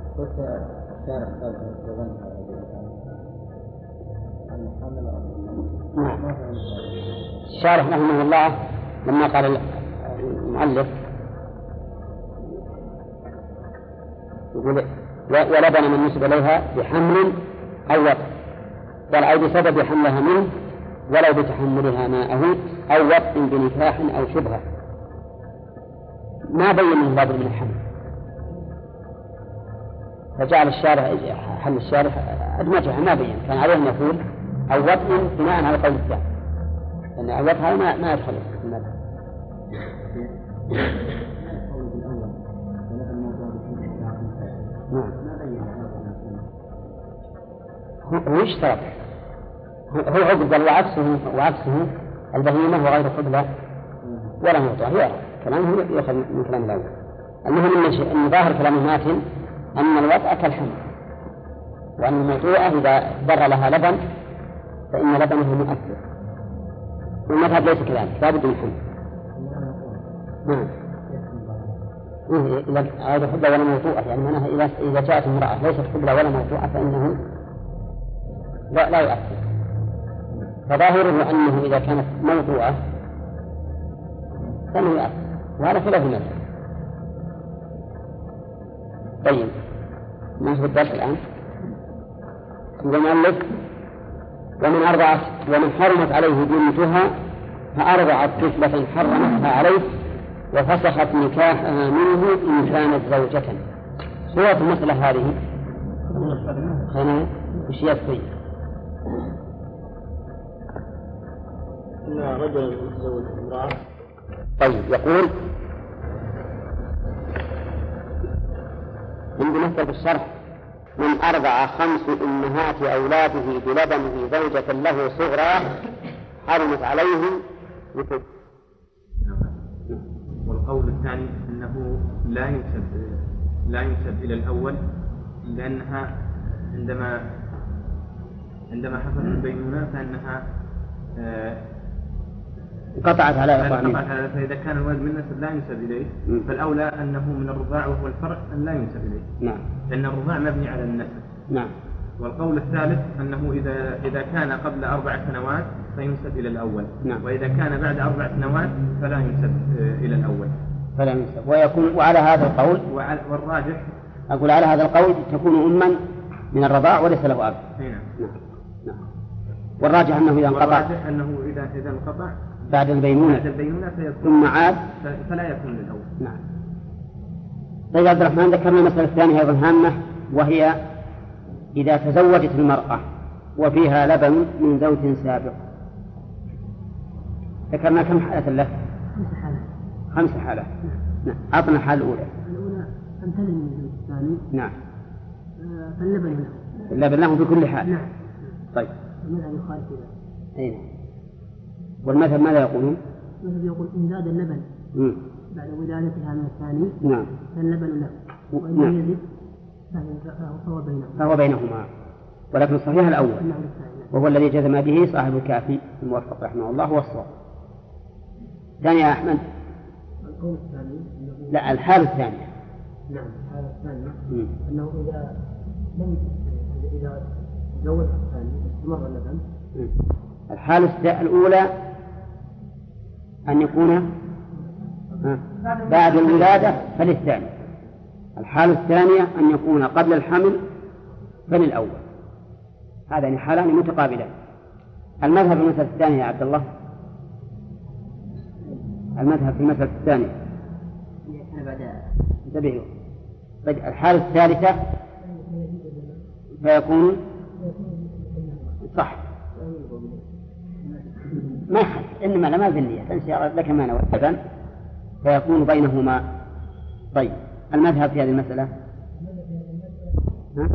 نعم. الشارح رحمه الله لما قال المؤلف يقول ولبن من نسب إليها بحمل أو وطء، قال أو بسبب حملها منه ولو بتحملها ماءه أو وطء بنكاح أو شبهة، ما بين من لابد من الحمل، فجعل الشارح حل الشارح أدمجها ما بين، كان عليه أن يقول أو وطء بناء على قول الثاني، لأن أو وطء هذا ما ما يدخل في المذهب. نعم. هو يشترط، هو عقد وعكسه وعكسه البهيمة وغير قبلة ولا موضوع، هي كلامه يأخذ من كلام الأول. المهم أن ظاهر كلام الماتن أن الوضع كالحمل، وأن الموضوع إذا ضر لها لبن فإن لبنه مؤثر، والمذهب ليس كذلك، لا بد من الحمل. نعم. إذا هذا حبلى ولا موضوعة، يعني معناها إذا إذا جاءت امرأة ليست حبلى ولا موضوعة فإنه لا لا يؤثر. فظاهره أنه إذا كانت موضوعة فإنه يؤثر، وهذا خلاف المذهب. طيب نشوف الدرس الآن. المؤلف ومن أرضعت ومن حرمت عليه بنتها فأرضعت طفلة حرمتها عليه وفسخت نكاحها منه إن كانت زوجة. صورة المسألة هذه خلينا وش يكفي؟ إن رجل يتزوج امرأة. طيب يقول من بمثل الشرح من أربع خمس أمهات أولاده بلبنه زوجة له صغرى حرمت عليه مثل. والقول الثاني أنه لا ينسب لا ينسب إلى الأول لأنها عندما عندما حصلت البينونة فإنها انقطعت على انقطعت على فإذا كان الولد من نسب لا ينسب إليه م. فالأولى أنه من الرضاع وهو الفرع أن لا ينسب إليه. نعم. لأن الرضاع مبني على النسب. نعم. والقول الثالث أنه إذا إذا كان قبل أربع سنوات فينسب إلى الأول. نعم. وإذا كان بعد أربع سنوات فلا ينسب إلى الأول. فلا ينسب. ويكون وعلى هذا القول والراجح أقول على هذا القول تكون أما من الرضاع وليس له أب. نعم. نعم. نعم. والراجح أنه إذا انقطع والراجح أنه إذا إذا انقطع بعد البينونة, بعد البينونة ثم عاد فلا يكون للأول. نعم. طيب عبد الرحمن ذكرنا المسألة الثانية أيضا هامة وهي إذا تزوجت المرأة وفيها لبن من زوج سابق. ذكرنا كم حالة له؟ خمس حالات. خمس حالات. نعم. أعطنا الحالة الأولى. الأولى أن تلد من الزوج الثاني. نعم. آه فاللبن له. اللبن له في كل حال. نعم. طيب. المذهب يخالف ذلك. أين؟ والمذهب ماذا يقولون؟ المذهب يقول إن زاد اللبن مم. بعد ولادتها من الثاني. نعم. فاللبن له. وإن نعم. يزد فهو بينهما. فهو بينهما. ولكن الصحيح الأول وهو الذي جزم به صاحب الكافي الموفق رحمه الله هو الصواب. ثاني يا أحمد. القول الثاني لا الحالة الثانية. نعم الحالة الثانية مم. أنه إذا لم إذا زوج الثاني استمر اللبن. الحالة الأولى أن يكون بعد الولادة فللثاني. الحالة الثانية أن يكون قبل الحمل فللأول. هذان حالان متقابلان. المذهب في المسألة الثانية يا عبد الله. المذهب في المسألة الثانية انتبهوا. طيب الحالة الثالثة فيكون صح ما يحل إنما لما بالنية تنسي لك ما نوى فيكون بينهما. طيب المذهب في هذه المسألة ها؟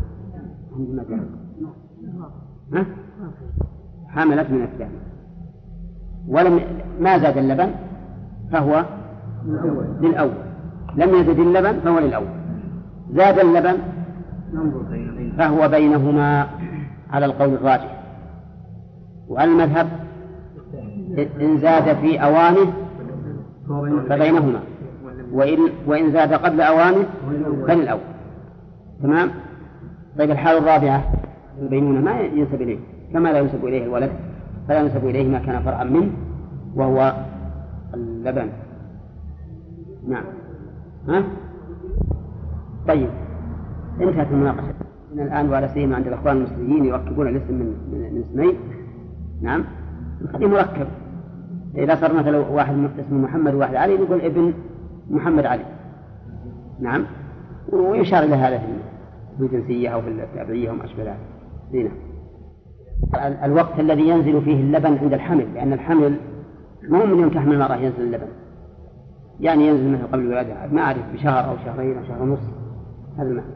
ها؟ حملت من الثاني ولم ما زاد اللبن فهو للأول. لم يزد اللبن فهو للأول. زاد اللبن فهو بينهما على القول الراجح. وعلى المذهب إن زاد في أوانه فبينهما وإن, وإن زاد قبل أوانه فللأول. تمام. طيب الحالة الرابعة البينونة ما ينسب إليه كما لا ينسب إليه الولد فلا ينسب إليه ما كان فرعا منه وهو اللبن. نعم. ها؟ طيب انتهت المناقشة. من الآن وعلى سيما عند الأخوان المسلمين يركبون الاسم من من اسمين. نعم. هذه مركب. إذا صار مثلا واحد اسمه محمد وواحد علي نقول ابن محمد علي. نعم. ويشار إلى هذا في الجنسية أو في التابعية وما أشبه ذلك. هنا الوقت الذي ينزل فيه اللبن عند الحمل لأن الحمل مو من يوم تحمل المرأة ينزل اللبن يعني ينزل مثل قبل الولادة ما أعرف بشهر أو شهرين أو شهر ونصف. هذا المعنى.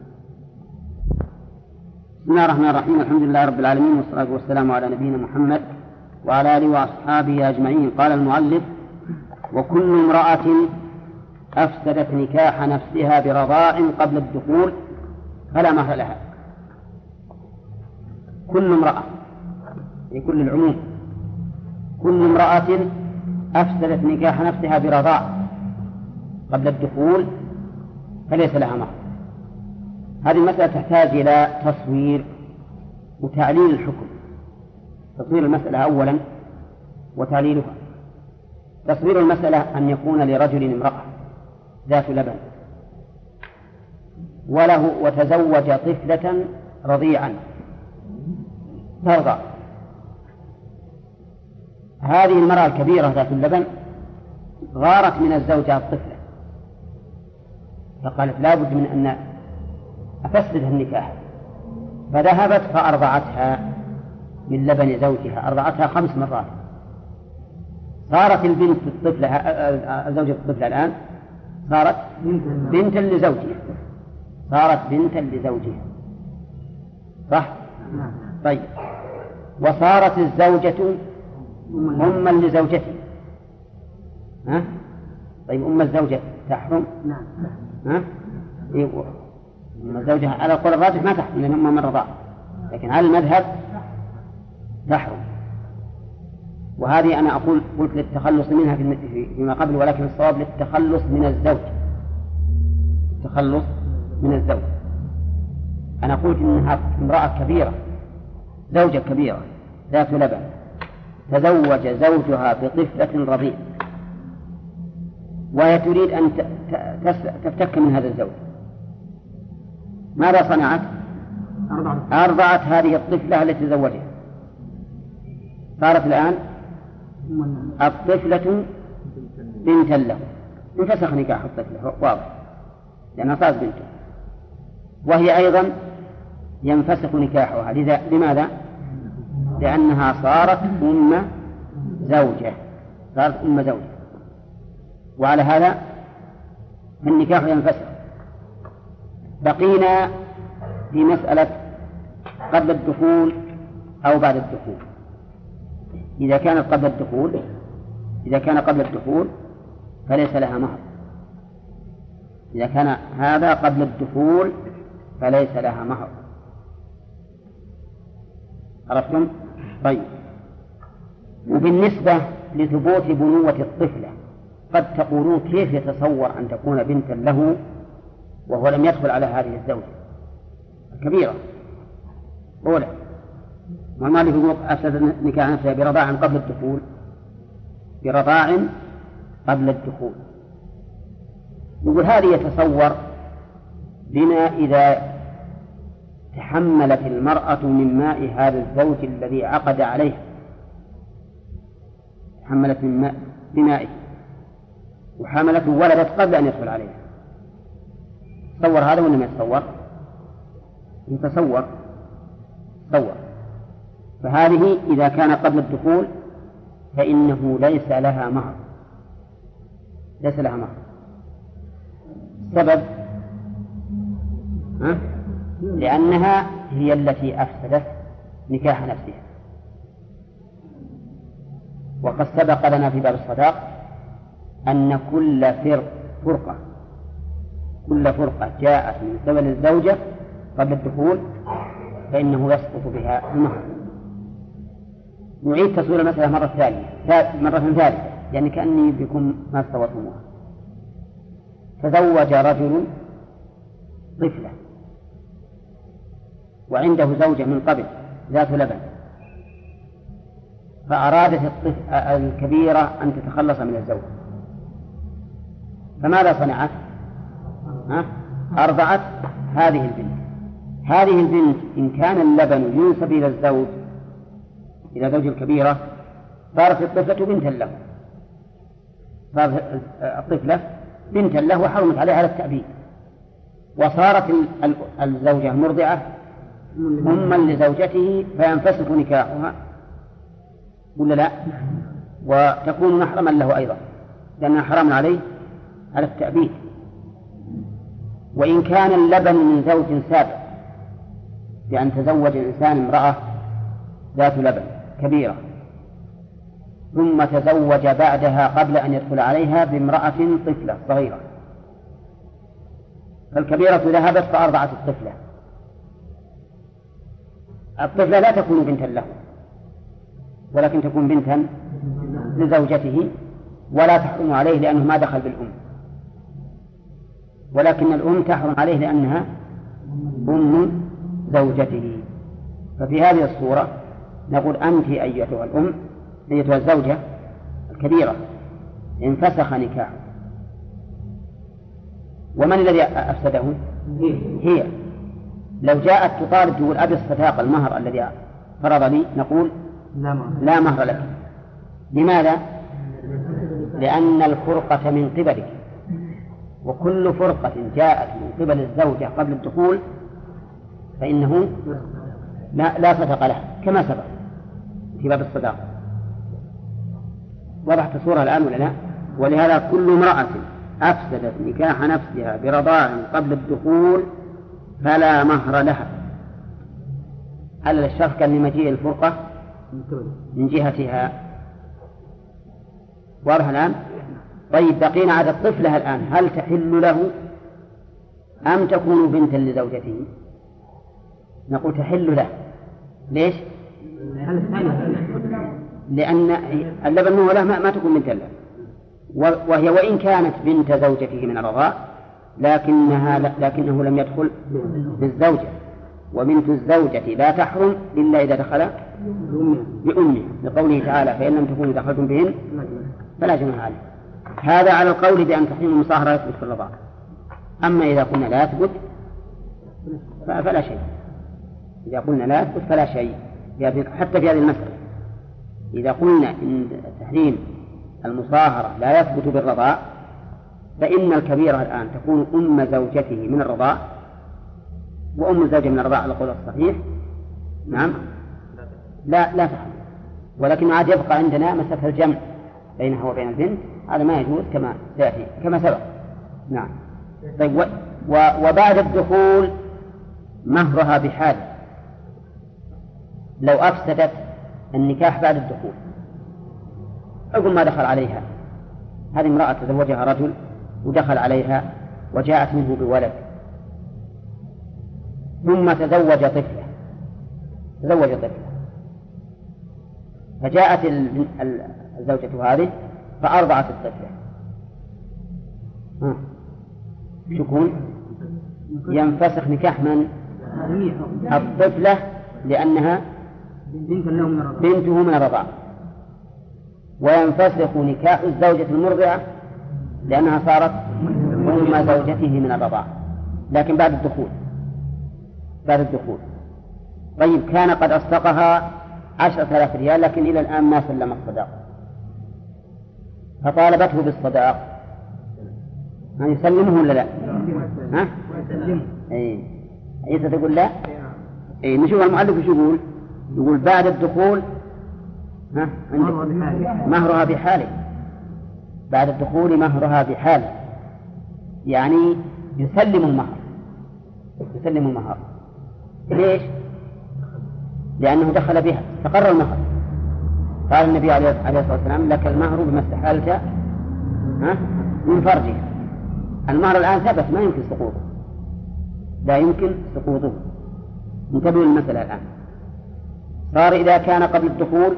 بسم الله الرحمن الرحيم. الحمد لله رب العالمين والصلاة والسلام على نبينا محمد وعلى آله وأصحابه أجمعين. قال المؤلف وكل امرأة أفسدت نكاح نفسها برضاع قبل الدخول فلا مهر لها. كل امرأة لكل العموم. كل امرأة أفسدت نكاح نفسها برضاع قبل الدخول فليس لها مهر. هذه المسألة تحتاج إلى تصوير وتعليل الحكم. تصوير المسألة أولا وتعليلها. تصوير المسألة أن يكون لرجل امرأة ذات لبن وله وتزوج طفلة رضيعا ترضع. هذه المرأة الكبيرة ذات اللبن غارت من الزوجة الطفلة، فقالت لا بد من أن أفسدها النكاح، فذهبت فأرضعتها من لبن زوجها، أرضعتها خمس مرات. صارت البنت الطفلة الزوجة الطفلة الآن صارت بنتا لزوجها، صارت بنتا لزوجها، صح؟ طيب، وصارت الزوجة أما لزوجته. ها؟ طيب أم الزوجة تحرم؟ نعم. ها؟ أيوة. أم الزوجة على قول الراجح ما تحرم لأن أمها من الرضاعة، لكن على المذهب تحرم. وهذه أنا أقول قلت للتخلص منها فيما قبل، ولكن الصواب للتخلص من الزوج، التخلص من الزوج. أنا قلت إنها امرأة كبيرة، زوجة كبيرة ذات لبن، تزوج زوجها بطفلة رضيع، وهي تريد أن تفتك من هذا الزوج. ماذا صنعت؟ أرضعت هذه الطفلة التي تزوجها، صارت الآن الطفلة بنتا له، انفسخ نكاح الطفلة واضح لأنها صارت بنته، وهي أيضا ينفسخ نكاحها. لماذا؟ لأنها صارت أم زوجة، صارت أم زوجة، وعلى هذا النكاح ينفسخ. بقينا في مسألة قبل الدخول أو بعد الدخول. إذا كانت قبل الدخول إذا كان قبل الدخول فليس لها مهر. إذا كان هذا قبل الدخول فليس لها مهر. عرفتم؟ طيب، وبالنسبة لثبوت بنوة الطفلة قد تقولون كيف يتصور أن تكون بنتا له وهو لم يدخل على هذه الزوجة كبيرة أولى، وما له يقول أفسد نكاح نفسها برضاع قبل الدخول، برضاع قبل الدخول. يقول هذه يتصور بما إذا تحملت المرأة من ماء هذا الزوج الذي عقد عليها، تحملت من ماء بمائه وحملت ولدت قبل أن يدخل عليها. تصور هذا ولا ما يتصور؟ يتصور تصور. فهذه إذا كان قبل الدخول فإنه ليس لها مهر، ليس لها مهر. السبب ها؟ لأنها هي التي أفسدت نكاح نفسها. وقد سبق لنا في باب الصداق أن كل فرقة كل فرقة جاءت من قبل الزوجة قبل الدخول فإنه يسقط بها المهر. نعيد تصوير المسألة مرة ثانية مرة ثالثة يعني كأني بكم ما استوتموها. تزوج رجل طفلة وعنده زوجة من قبل ذات لبن، فأرادت الكبيرة أن تتخلص من الزوج، فماذا صنعت؟ ها؟ أرضعت هذه البنت. هذه البنت إن كان اللبن ينسب إلى الزوج إلى زوج الكبيرة صارت الطفلة بنتا له، صارت الطفلة بنتا له وحرمت عليها على التأبيد، وصارت الزوجة المرضعة أما لزوجته فينفسخ نكاحها ولا لا؟ وتكون محرما له أيضا لأنها حرام عليه على التأبيد. وإن كان اللبن من زوج سابق بأن تزوج الإنسان امرأة ذات لبن كبيرة ثم تزوج بعدها قبل أن يدخل عليها بامرأة طفلة صغيرة، فالكبيرة ذهبت فأرضعت الطفلة. الطفلة لا تكون بنتا له ولكن تكون بنتا لزوجته ولا تحرم عليه لأنه ما دخل بالأم، ولكن الأم تحرم عليه لأنها أم زوجته. ففي هذه الصورة نقول أنت أيتها الأم أيتها الزوجة الكبيرة انفسخ نكاحه. ومن الذي أفسده؟ هي. لو جاءت تطالب تقول أبي الصداق المهر الذي فرض لي نقول لا مهر لك. لماذا؟ لأن الفرقة من قبلك، وكل فرقة جاءت من قبل الزوجة قبل الدخول فإنه لا, لا صدق له كما سبق في باب الصداق. وضحت الصورة الآن ولا لا؟ ولهذا كل امرأة أفسدت نكاح نفسها برضاع قبل الدخول فلا مهر لها، على الشرط كان لمجيء الفرقة من جهتها. واضح الآن؟ طيب بقينا على الطفلة الآن، هل تحل له أم تكون بنتا لزوجته؟ نقول تحل له. ليش؟ لأن اللبن هو له ما تكون بنتا له، وهي وإن كانت بنت زوجته من الرضاع لكنها لكنه لم يدخل بالزوجة، وبنت الزوجة لا تحرم إلا إذا دخل بأمه، لقوله تعالى فإن لم تكونوا دخلتم بهن فلا جناح عليه. هذا على القول بأن تحريم المصاهرة يثبت في الرضاعة. أما إذا قلنا لا يثبت فلا شيء، إذا قلنا لا يثبت فلا شيء حتى في هذه المسألة. إذا قلنا إن تحريم المصاهرة لا يثبت بالرضاع فإن الكبيرة الآن تكون أم زوجته من الرضاع، وأم الزوجة من الرضاع على القول الصحيح نعم لا لا تحرم، ولكن عاد يبقى عندنا مسألة الجمع بينها وبين البنت، هذا ما يجوز كما سيأتي كما سبق. نعم. طيب و... و... وبعد الدخول مهرها بحال، لو أفسدت النكاح بعد الدخول أقول ما دخل عليها، هذه امرأة تزوجها رجل ودخل عليها وجاءت منه بولد ثم تزوج طفلة تزوج طفلة فجاءت الزوجة هذه فأرضعت الطفلة، شكون ينفسخ نكاح من الطفلة لأنها بنته من الرضاعة، وينفسخ نكاح الزوجة المرضعة لأنها صارت أم زوجته من الرضاعة، لكن بعد الدخول بعد الدخول. طيب كان قد أصدقها عشرة آلاف ريال لكن إلى الآن ما سلم الصداق، فطالبته بالصداق، هل يسلمه ولا لا؟ ها؟ أي أي تقول لا؟ أي نشوف المؤلف شو يقول؟ يقول بعد الدخول ها؟ مهرها بحاله، بعد الدخول مهرها بحاله، يعني يسلم المهر يسلم المهر. ليش؟ لأنه دخل بها استقر المهر. قال النبي عليه الصلاة والسلام لك المهر بما استحلت ها؟ من فرجها. المهر الآن ثبت ما يمكن سقوطه، لا يمكن سقوطه. انتبهوا للمسألة الآن. صار إذا كان قبل الدخول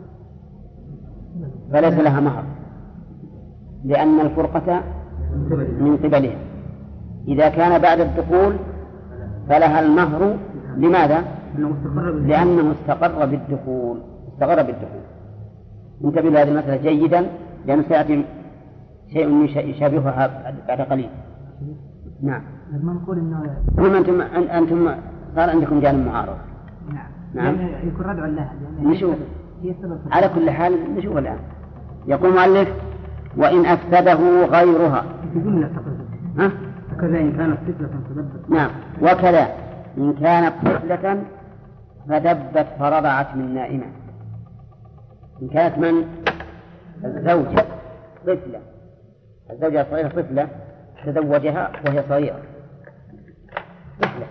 فليس لها مهر لأن الفرقة من قبلها، إذا كان بعد الدخول فلها المهر. لماذا؟ لأنه استقر بالدخول استقر بالدخول. انتبهوا لهذه المسألة جيدا لأنه سيأتي شيء يشابهها بعد قليل. نعم. ما نقول إنه هم أنتم أنتم صار عندكم جانب معارض. نعم. نعم. يكون ردع لها. نشوف على كل حال نشوف الآن. يقول المؤلف وإن أفسده غيرها. ها؟ وكذا إن كانت طفلة فدبت. نعم. وكذا إن كانت طفلة فدبت فرضعت من نائمة. إن كانت من الزوجة طفلة، الزوجة الصغيرة طفلة تزوجها وهي صغيرة طفلة،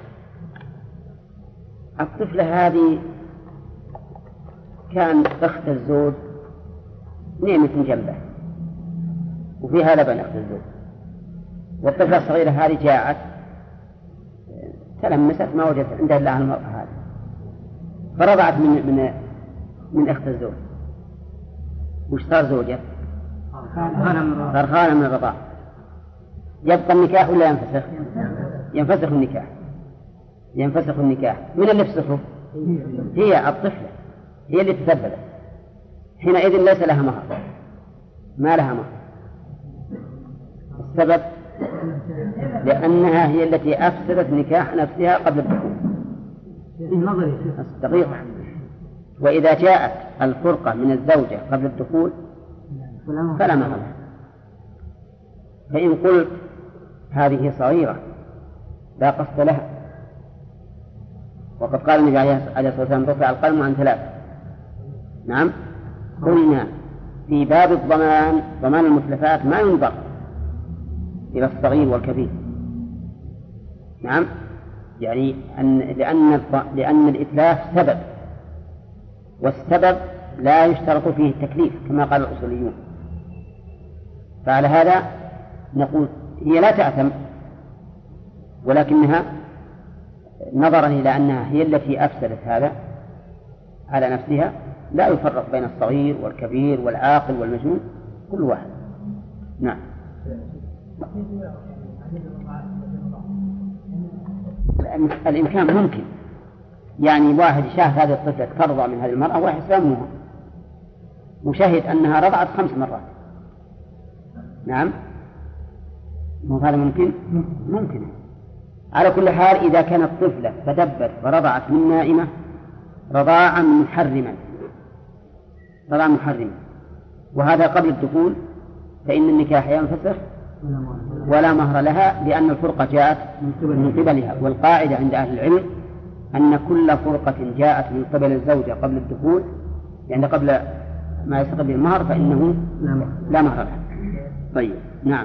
الطفلة هذه كان أخت الزوج نعمة جنبه وفيها لبن أخت الزوج، والطفلة الصغيرة هذه جاءت تلمست ما وجدت عندها إلا المرأة هذه فرضعت من من من أخت الزوج. وش صار زوجة؟ صار خالة من الرضاعة. يبقى النكاح ولا ينفسخ؟ ينفسخ النكاح ينفسخ النكاح. من اللي يفسخه؟ هي الطفلة، هي اللي تسببت. حينئذ ليس لها مهر، ما لها مهر. السبب لأنها هي التي أفسدت نكاح نفسها قبل الدخول. دقيقة. وإذا جاءت الفرقة من الزوجة قبل الدخول فلا مهر، فإن قلت هذه صغيرة لا قصد لها، وقد قال النبي عليه الصلاة والسلام رفع القلم عن ثلاث. نعم، قلنا في باب الضمان ضمان المتلفات ما ينظر إلى الصغير والكبير. نعم، يعني أن لأن لأن الإتلاف سبب، والسبب لا يشترط فيه التكليف كما قال الأصوليون. فعلى هذا نقول هي لا تأثم، ولكنها نظرا إلى أنها هي التي أفسدت هذا على نفسها لا يفرق بين الصغير والكبير والعاقل والمجنون، كل واحد. نعم. الإمكان ممكن، يعني واحد شاهد هذه الطفلة ترضع من هذه المرأة ويحسب أمها وشهد أنها رضعت خمس مرات. نعم، هذا ممكن ممكن على كل حال. إذا كانت طفلة فدبت ورضعت من نائمة رضاعا محرما رضاعا محرما وهذا قبل الدخول، فإن النكاح ينفسخ ولا مهر لها، لأن الفرقة جاءت من قبلها. والقاعدة عند أهل العلم أن كل فرقة جاءت من قبل الزوجة قبل الدخول، يعني قبل ما يستقبل المهر، فإنه لا مهر لها. طيب. نعم.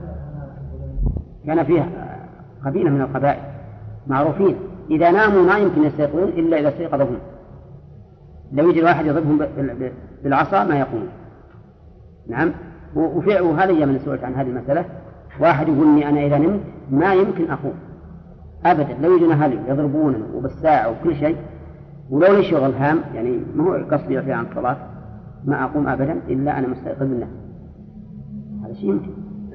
كان فيها قبيلة من القبائل معروفين إذا ناموا ما يمكن يستيقظون إلا إذا استيقظهم، لو يجي الواحد يضربهم بالعصا ما يقومون. نعم، وفعلوا هذا أيام من سئلت عن هذه المسألة، واحد يقول لي أنا إذا نمت ما يمكن أقوم أبدا، لو يجينا هذي يضربوننا وبالساعة وكل شيء، ولو لي شغل هام يعني ما هو قصدي فيه عن الصلاة ما أقوم أبدا إلا أنا مستيقظ بالنفس. هذا شيء يمكن.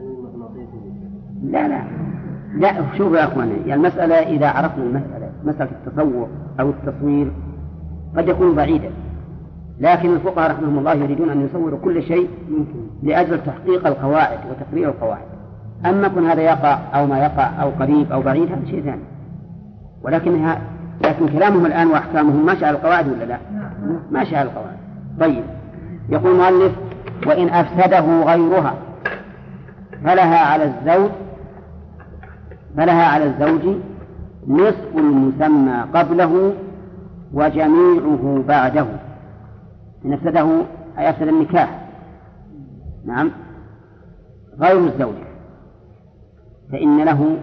لا لا لا شوفوا يا أخواني، يعني المسألة إذا عرفنا المسألة مسألة التصور أو التصوير قد يكون بعيدا، لكن الفقهاء رحمهم الله يريدون أن يصوروا كل شيء لأجل تحقيق القواعد وتقرير القواعد. أما كن هذا يقع أو ما يقع أو قريب أو بعيد هذا شيء ثاني، ولكنها لكن كلامهم الآن وأحكامهم ماشي على القواعد ولا لا؟ ماشي على القواعد. طيب، يقول المؤلف وإن أفسده غيرها فلها على الزوج فلها على الزوج نصف المسمى قبله وجميعه بعده. إن أفسده أي أفسد النكاح. نعم، غير الزوج فإن له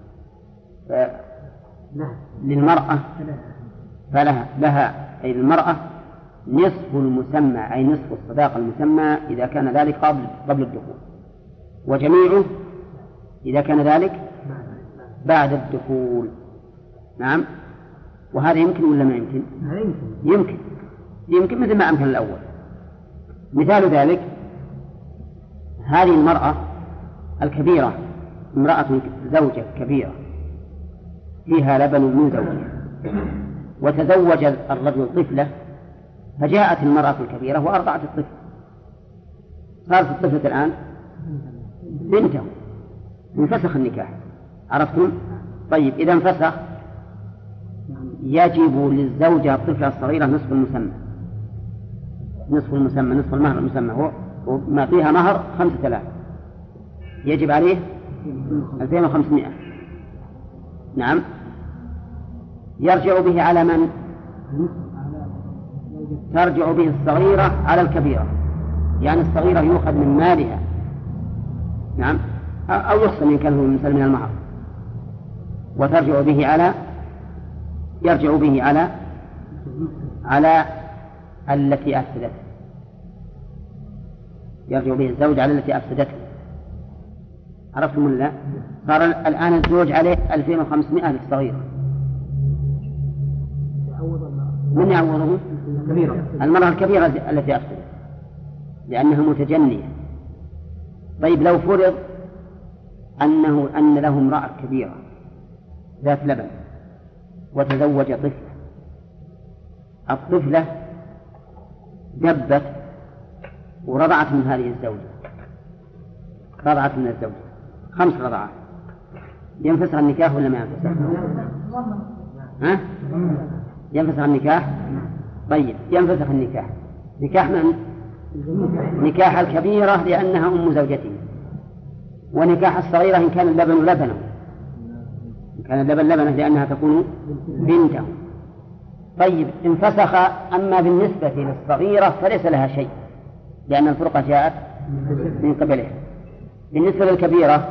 للمرأة فلها لها أي المرأة نصف المسمى أي نصف الصداق المسمى إذا كان ذلك قبل قبل الدخول، وجميعه إذا كان ذلك بعد الدخول. نعم، وهذا يمكن ولا ما يمكن؟ يمكن يمكن مثل ما أمكن الأول. مثال ذلك هذه المرأة الكبيرة امرأة زوجة كبيرة فيها لبن من زوجها، وتزوج الرجل طفلة، فجاءت المرأة الكبيرة وأرضعت الطفل، صارت الطفلة الآن بنته، انفسخ النكاح. عرفتم؟ طيب، إذا انفسخ يجب للزوجة الطفلة الصغيرة نصف المسمى نصف المسمى نصف المهر المسمى هو ما فيها مهر خمسة آلاف، يجب عليه ألفين وخمسمائة. نعم، يرجع به على من؟ ترجع به الصغيرة على الكبيرة، يعني الصغيرة يؤخذ من مالها. نعم، أو يخصم إن كان هو مثل من المهر، وترجع به على يرجع به على على التي أفسدته، يرجع به الزوج على التي أفسدته. عرفتم ولا لا؟ صار الآن الزوج عليه ألفين وخمسمائة للصغيرة. من يعوضه؟ المرأة الكبيرة التي أفسدت لأنها متجنية. طيب، لو فرض أنه أن له امرأة كبيرة ذات لبن وتزوج طفلة، الطفلة دبت ورضعت من هذه الزوجة، رضعت من الزوجة خمس رضعات، ينفسخ النكاح ولا ما ينفسخ؟ ها؟ ينفسخ النكاح. طيب، ينفسخ النكاح. نكاح من؟ نكاح الكبيرة لأنها أم زوجته، ونكاح الصغيرة إن كان اللبن لبنه، إن كان اللبن لبنه لأنها تكون بنته. طيب انفسخ. أما بالنسبة للصغيرة فليس لها شيء لأن الفرقة جاءت من قبلها. بالنسبة للكبيرة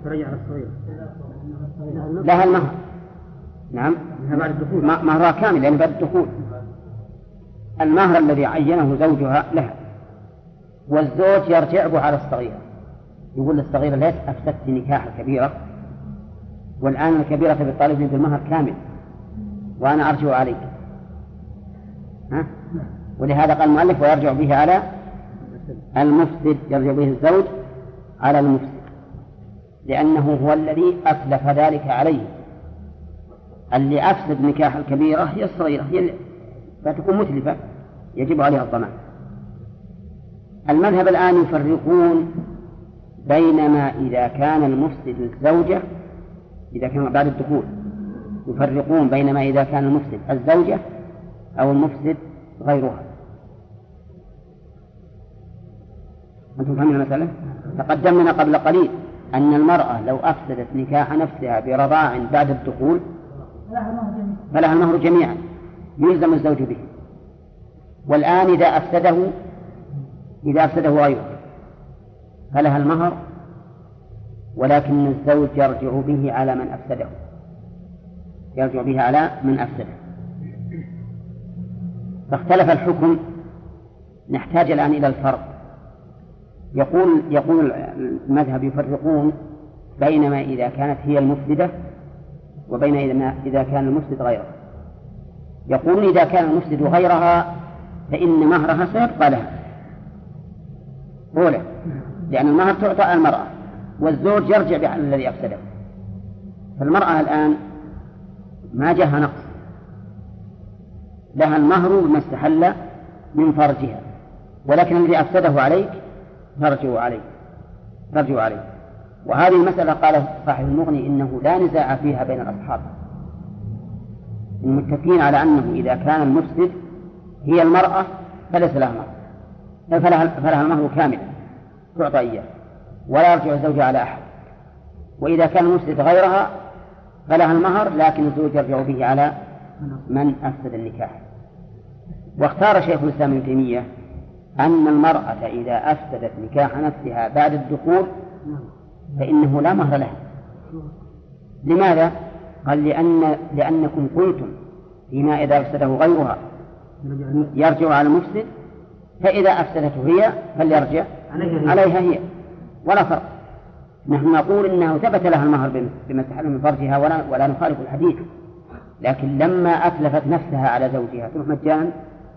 لها المهر. نعم مهرها كامل لأن بعد الدخول المهر الذي عينه زوجها لها، والزوج يرجع به على الصغيرة، يقول للصغيرة ليش أفسدت نكاح الكبيرة والآن الكبيرة تطالبني بالمهر كامل وأنا أرجع عليك. ها؟ ولهذا قال المؤلف ويرجع به على المفسد، يرجع به الزوج على المفسد لأنه هو الذي أتلف ذلك عليه. اللي أفسد نكاح الكبيرة هي الصغيرة، هي فتكون متلفة يجب عليها الضمان. المذهب الآن يفرقون بينما إذا كان المفسد الزوجة إذا كان بعد الدخول، يفرقون بينما إذا كان المفسد الزوجة أو المفسد غيرها. أنتم فهمنا المسألة؟ تقدم لنا قبل قليل أن المرأة لو أفسدت نكاح نفسها برضاع بعد الدخول فلها المهر جميعا يلزم الزوج به. والآن إذا أفسده إذا أفسده غيره فلها المهر، ولكن الزوج يرجع به على من أفسده، يرجع به على من أفسده. فاختلف الحكم. نحتاج الآن إلى الفرق. يقول يقول المذهب يفرقون بينما إذا كانت هي المفسدة وبين إذا كان المفسد غيرها. يقول إذا كان المفسد غيرها فإن مهرها سيبقى لها أولا، لأن المهر تعطى المرأة والزوج يرجع بعلى الذي أفسده. فالمرأة الآن ما جاءها نقص، لها المهر بما استحل من فرجها، ولكن الذي أفسده عليك ترجع عليه ترجع عليه. وهذه المسألة قال صاحب المغني إنه لا نزاع فيها بين الأصحاب، المتفقين على أنه إذا كان المفسد هي المرأة فليس لها مهر، فلها, فلها المهر كامل تعطى إياه ولا يرجع الزوج على أحد. وإذا كان المفسد غيرها فلها المهر لكن الزوج يرجع به على من أفسد النكاح. واختار شيخ الإسلام ابن تيمية أن المرأة إذا أفسدت نكاح نفسها بعد الدخول فإنه لا مهر لها. لماذا؟ قال لأن لأنكم قلتم فيما إذا أفسده غيرها يرجع على المفسد، فإذا أفسدته هي فليرجع عليها هي ولا فرق. نحن نقول إنه ثبت لها المهر بما استحل من فرجها ولا, ولا نخالف الحديث، لكن لما أتلفت نفسها على زوجها تروح مجانا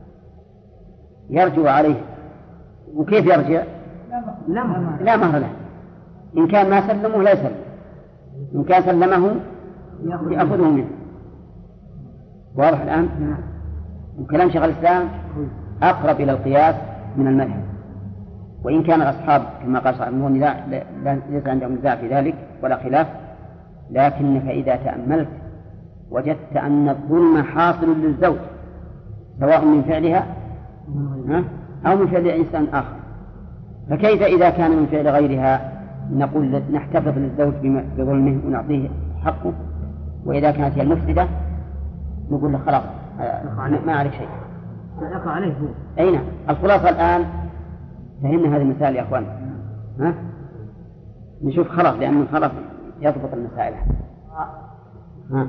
يرجع عليه. وكيف يرجع؟ لا مهر له. إن كان ما سلمه لا يسلم، إن كان سلمه يأخذه منه. واضح الآن؟ وكلام شيخ الإسلام أقرب إلى القياس من المذهب، وإن كان الأصحاب كما قال صاحب المغني لا ليس عندهم نزاع في ذلك ولا خلاف، لكنك إذا تأملت وجدت أن الظلم حاصل للزوج سواء من فعلها أو من فعل إنسان آخر، فكيف إذا كان من فعل غيرها نقول نحتفظ للزوج بظلمه ونعطيه حقه، وإذا كانت هي المفسدة نقول له خلاص ما عليك شيء يقع عليه هو. أين الخلاصة الآن؟ فهمنا هذه المسائل يا أخوان. ها؟ نشوف خلاص لأنه خلاص يضبط المسائل. ها؟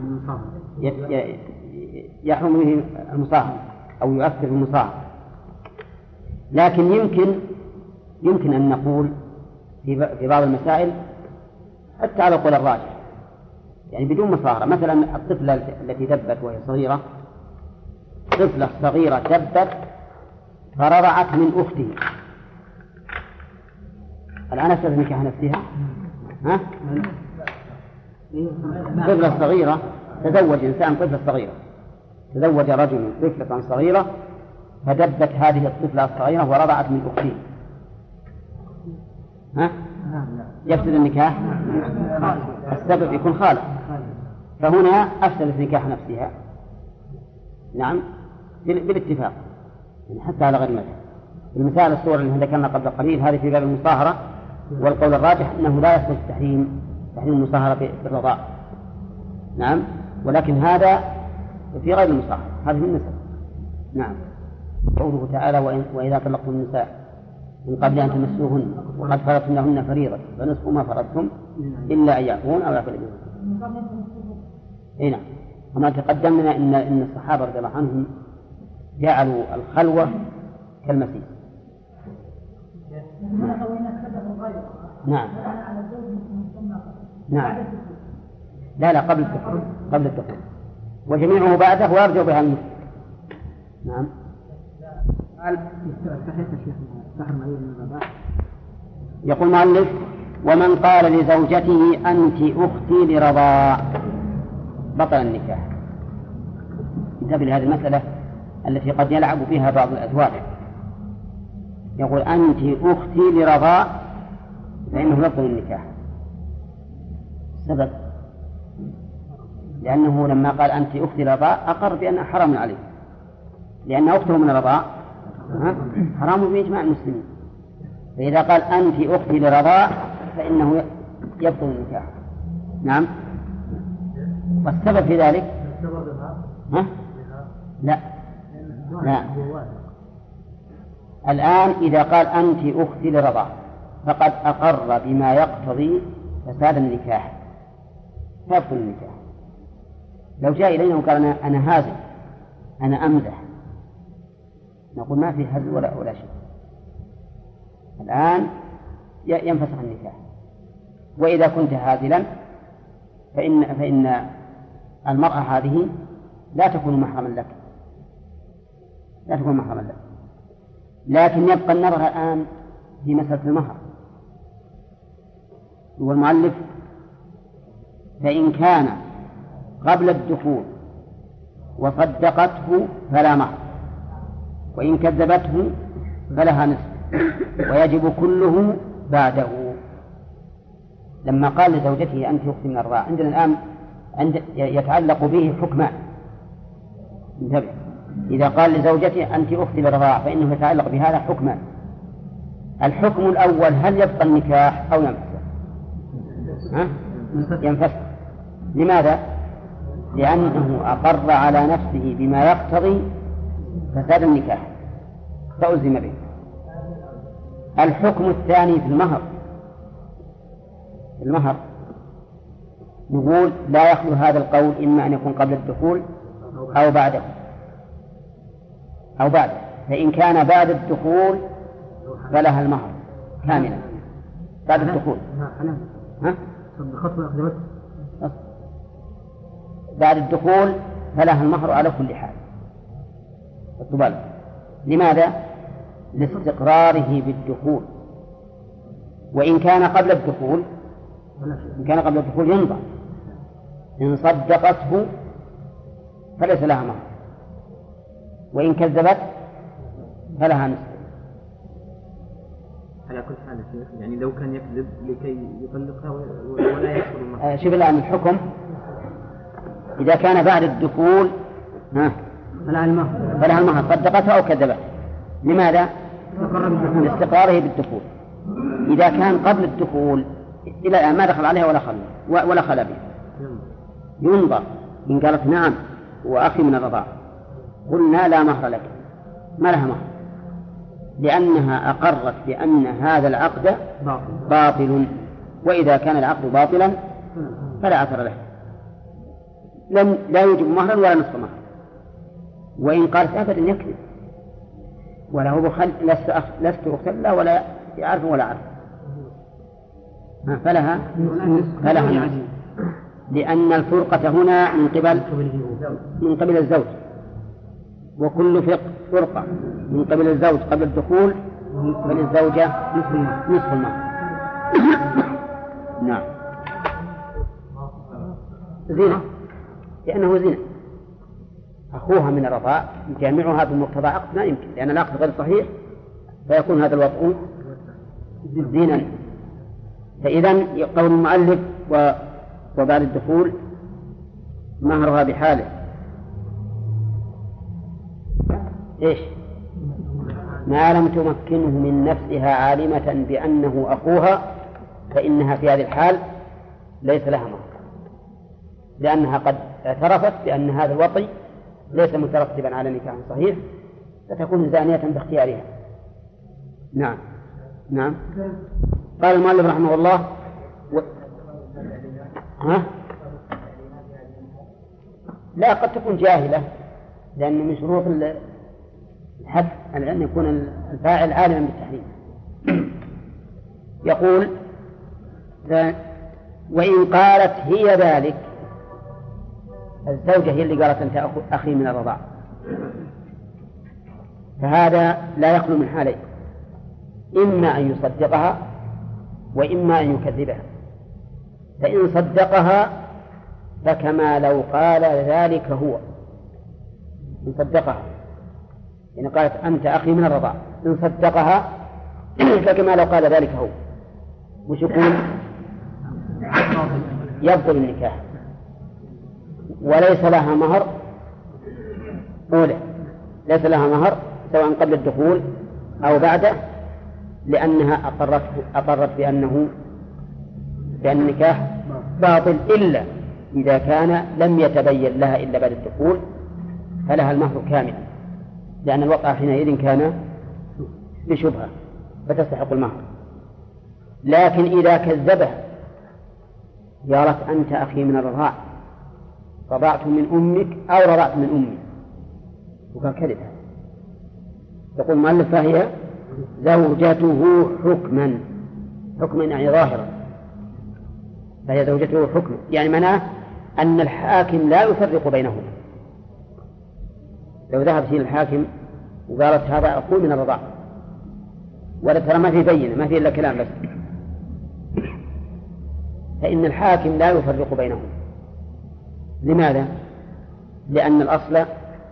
يحرم به المصاهرة أو يؤثر في المصاهرة، لكن يمكن يمكن أن نقول في بعض المسائل حتى على قول الراجح يعني بدون مصاهرة. مثلا الطفلة التي دبت وهي صغيرة، طفلة صغيرة دبت فرضعت من أخته، الآن أفسدت نكاح نفسها. ها؟ طفلة صغيرة تزوج إنسان طفلة صغيرة، تزوج رجل طفلة صغيرة فدبت هذه الطفلة الصغيرة ورضعت من أخته، ها؟ يفسد النكاح؟ السبب يكون خالع، فهنا أفسدت نكاح نفسها. نعم بالاتفاق يعني حتى على غير المذهب. المثال الصور اللي ذكرنا قبل قليل هذه في باب المصاهرة والقول الراجح أنه لا يثبت تحريم تحريم المصاهرة بالرضاع. نعم، ولكن هذا في غير المصاهرة، هذا في النسب. نعم. قوله تعالى وإذا طلقتم النساء من قبل أن تمسوهن وقد فرضتم لهن فريضة فنصف ما فرضتم إلا أن يعفون أو يعفو بهن. إيه نعم. وما تقدم لنا إن إن الصحابة رضي الله عنهم جعلوا الخلوة كالمسيح. نعم. نعم. لا لا قبل الدخول قبل الدخول وجميعه بعده ويرجع بها المسلم. نعم. يقول المؤلف ومن قال لزوجته أنت أختي لرضاع بطل النكاح. انتبه لهذه المسألة التي قد يلعب فيها بعض الأزواج. يقول أنت أختي لرضاع فإنه يبطل النكاح. السبب لأنه لما قال أنت أختي لرضاع أقر بأنها حرام عليه، لأن أخته من الرضاع حرام بإجماع المسلمين. فإذا قال أنت أختي لرضاع فإنه يبطل النكاح. نعم. والسبب في ذلك ها؟ لا لا الآن إذا قال أنت أختي لرضاع فقد أقر بما يقتضي فساد النكاح فيبطل النكاح. لو جاء إلينا وقال أنا, أنا هازل أنا أمزح نقول ما في هزل ولا, ولا شيء. الآن ينفسخ النكاح. وإذا كنت هازلا فإن, فإن المرأة هذه لا تكون محرما لك لا تكون محرما لك لكن يبقى النظر الآن في مسألة المهر. والمؤلف فإن كان قبل الدخول وصدقته فلا مهر وإن كذبته فلها نصف ويجب كله بعده. لما قال لزوجته أنت أختي من الرضاعة عندنا الآن عند يتعلق به حكمان. انتبه إذا قال لزوجته أنت أختي للرضاعة فإنه يتعلق بهذا حكمان. الحكم الأول هل يبقى النكاح أو ينفسخ؟ ها؟ ينفسخ. لماذا؟ لأنه أقر على نفسه بما يقتضي فساد النكاح فألزم به. الحكم الثاني في المهر المهر نقول لا يخلو هذا القول إما أن يكون قبل الدخول أو بعده أو بعده. فإن كان بعد الدخول فلها المهر كاملا بعد الدخول. ها؟ بعد الدخول فلها المهر على كل حال. الطبال. لماذا؟ لاستقراره بالدخول. وإن كان قبل الدخول إن كان قبل الدخول ينظر إن صدقته فليس لها مهر وإن كذبت فلها نصف. على كل حال يعني لو كان يكذب لكي يطلقها ولا يحصل المهر. شوف الآن الحكم إذا كان بعد الدخول ها فلها المهر فلها المهر صدقتها أو كذبت. لماذا؟ لاستقراره بالدخول. إذا كان قبل الدخول إلى الآن ما دخل عليها ولا خلى ولا خلى بها ينظر إن قالت نعم وأخي من الرضاعة قلنا لا مهر لك ما لها مهر لأنها أقرت بأن هذا العقد باطل. وإذا كان العقد باطلا فلا أثر له لم لا يوجب مهرا ولا نصف مهر. وإن قالت أبدا يكذب ولا هو بخل لست أخ... لست أخت له ولا يعرف ولا عرف فلها فلها نصف لأن الفرقة هنا من قبل من قبل الزوج وكل فرقة من قبل الزوج قبل الدخول فللزوجة نصف المهر. نعم. زنا لأنه زنا أخوها من الرضاع جامعها بمقتضى عقد ما يمكن لأن العقد غير صحيح فيكون هذا الوضع زنا. فإذا قول المؤلف وبعد الدخول مهرها بحاله إيش ما لم تمكنه من نفسها عالمة بأنه أخوها فإنها في هذه الحال ليس لها مهر، لأنها قد اعترفت بأن هذا الوطي ليس مترتبا على نكاح صحيح، فتكون زانية باختيارها. نعم نعم. قال المؤلف رحمه الله و... ها؟ لا، قد تكون جاهلة، لأن من شروط الحد أن يكون الفاعل عالما بالتحريم. يقول وإن قالت هي ذلك، الزوجة هي اللي قالت أنت أخي من الرضاع، فهذا لا يخلو من حالين: إما أن يصدقها وإما أن يكذبها. فإن صدقها فكما لو قال ذلك هو، إن صدقها يعني قالت أنت أخي من الرضاع، إن صدقها فكما لو قال ذلك هو، وش يكون؟ يبطل النكاح وليس لها مهر أولى، ليس لها مهر سواء قبل الدخول أو بعده، لأنها أقرت أقرت بأنه بأن النكاح باطل، إلا إذا كان لم يتبين لها إلا بعد الدخول فلها المهر كاملا، لأن الوقع حينئذ كان بشبهة فتستحق المهر. لكن إذا كذبها قالت أنت أخي من الرضاع، رضعت من أمك أو رضعت من أمي، وقال كذبها، يقول المؤلف فهي زوجته حكما، حكما يعني ظاهرا، فهي زوجته حكما، يعني معناه أن الحاكم لا يفرق بينهما. لو ذهبت إلى الحاكم وقالت هذا أخوي من الرضاع، ولا ترى ما في بينة، ما في إلا كلام بس، فإن الحاكم لا يفرق بينهم. لماذا؟ لأن الأصل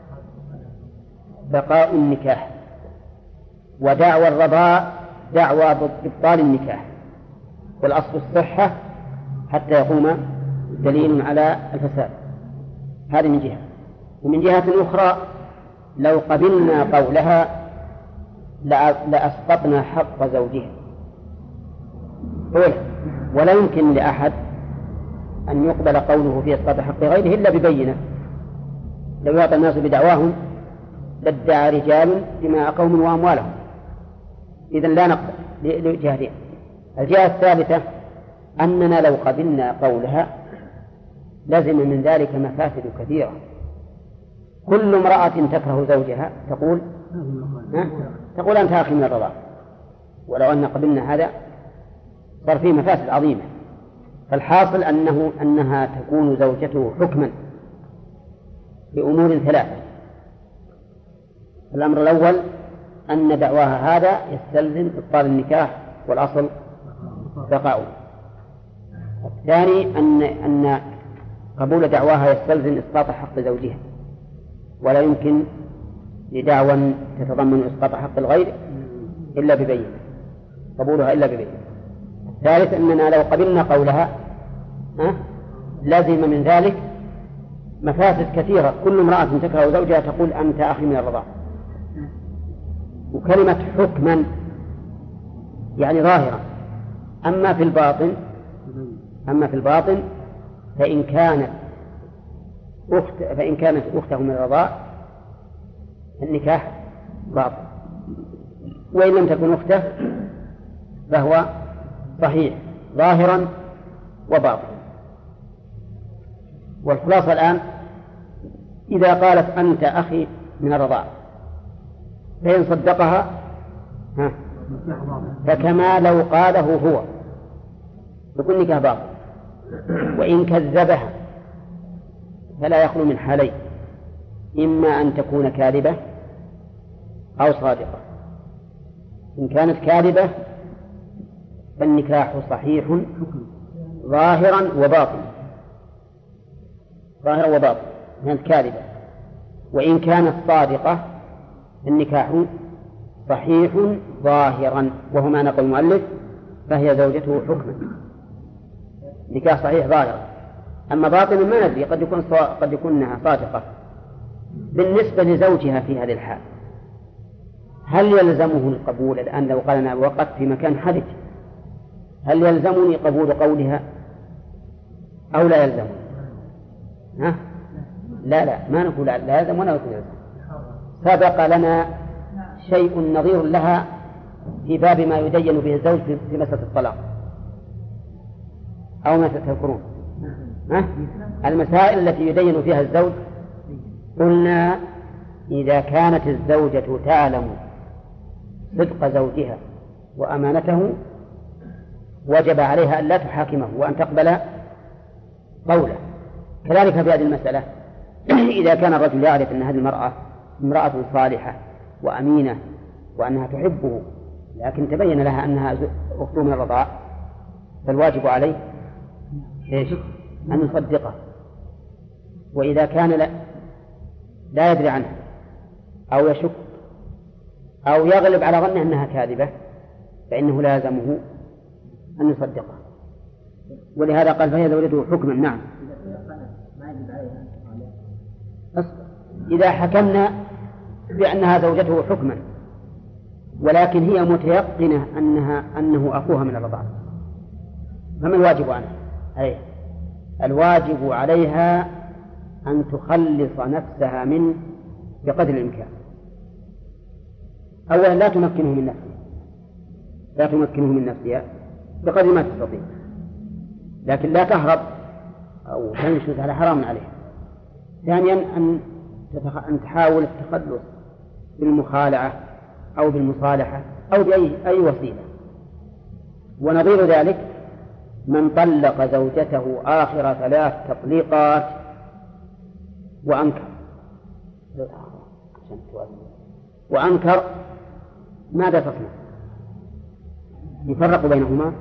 بقاء النكاح، ودعوى الرضاع دعوى بإبطال النكاح، والأصل الصحة حتى يقوم دليل على الفساد. هذه من جهة. ومن جهة أخرى لو قبلنا قولها لأسقطنا حق زوجها، ولا يمكن لأحد أن يقبل قوله في إسقاط حق غيره إلا ببينة. لو يعطى الناس بدعواهم لادعى رجال دماء قوم وأموالهم، إذن لا نقبل لجهتين. الجهة الثالثة أننا لو قبلنا قولها لازم من ذلك مفاسد كثيرة. كل امرأة تكره زوجها تقول تقول أنت أخي من الرضاع، ولو أن قبلنا هذا صار فيه مفاسد عظيمة. فالحاصل أنه أنها تكون زوجته حكما بأمور ثلاثة. الأمر الأول أن دعواها هذا يستلزم إبطال النكاح والأصل بقاؤه. الثاني أن أن قبول دعواها يستلزم إسقاط حق زوجها، ولا يمكن لدعوى تتضمن إسقاط حق الغير إلا ببينة، قبولها إلا ببينة. الثالث أننا لو قبلنا قولها أه؟ لازم من ذلك مفاسد كثيرة. كل امرأة تكره زوجها تقول أنت أخي من الرضاع. وكلمة حكما يعني ظاهرة. أما في الباطن أما في الباطن فإن كانت أخت فإن كانت أخته من الرضاع النكاح باطل، وإن لم تكن أخته فهو صحيح ظاهرا وباطنا. والخلاصة الآن إذا قالت أنت أخي من الرضاع فإن صدقها فكما لو قاله هو يكون نكاح باطل، وإن كذبها فلا يخلو من حالين: إما أن تكون كاذبة أو صادقة. إن كانت كاذبة فالنكاح صحيح ظاهرا وباطنا، ظاهرا وباطنا كانت كاذبة. وإن كانت صادقة النكاح صحيح ظاهرا، وهو ما نقول المؤلف فهي زوجته حكما، نكاح صحيح ظاهرا. أما باطنا ما ندري، قد يكون قد يكونها صادقة. بالنسبة لزوجها في هذه الحال هل يلزمه القبول الآن لو قال أنا وقفت في مكان حدث هل يلزمني قبول قولها أو لا يلزمني؟ ها؟ لا لا ما نقول لا يلزم ولا نقول يلزم. سبق لنا شيء نظير لها في باب ما يدين به الزوج في مسألة الطلاق أو ما تذكرون؟ ها؟ المسائل التي يدين فيها الزوج قلنا إذا كانت الزوجة تعلم صدق زوجها وأمانته وجب عليها أن لا تحاكمه وأن تقبل قوله. كذلك في هذه المسألة إذا كان الرجل يعرف أن هذه المرأة امرأة صالحة وأمينة وأنها تحبه لكن تبين لها أنها أخته من الرضاع فالواجب عليه إيش؟ أن يصدقه. وإذا كان لا, لا يدري عنها أو يشك أو يغلب على ظنه أنها كاذبة فإنه لازمه أن يصدقه. ولهذا قال فهي زوجته حكما. نعم إذا حكمنا بأنها زوجته حكما ولكن هي متيقنة أنها أنه أخوها من الرضاعة فما الواجب عنها؟ أي الواجب عليها أن تخلص نفسها منه بقدر الإمكان. أولا لا تمكنه من نفسه لا تمكنه من نفسها بقدر ما تستطيع لكن لا تهرب أو تنشد على حرام عليه. ثانيا أن أن تحاول التخلص بالمخالعة أو بالمصالحة أو بأي أي وسيلة. ونظير ذلك من طلق زوجته آخر ثلاث تطليقات وأنكر وأنكر ماذا تصنع؟ يفرق بينهما.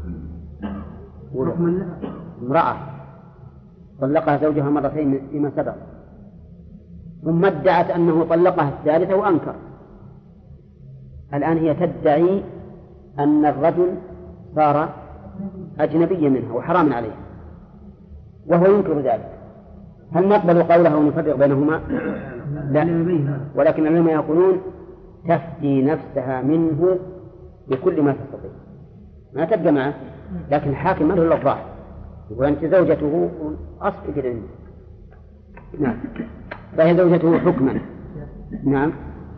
امرأة طلقها زوجها مرتين فيما سبق ثم ادعت أنه طلقها الثالثة وأنكر. الآن هي تدعي أن الرجل صار أجنبيا منها وحرام عليه وهو ينكر ذلك. هل نقبل قولها ونفرق بينهما؟ لا. ولكن العلماء يقولون تفدي نفسها منه بكل ما تستطيع ما تبقى معه لكن الحاكم ما له إلا الظاهر وأنت زوجته أصل كده. نعم فهي زوجته حكما. نعم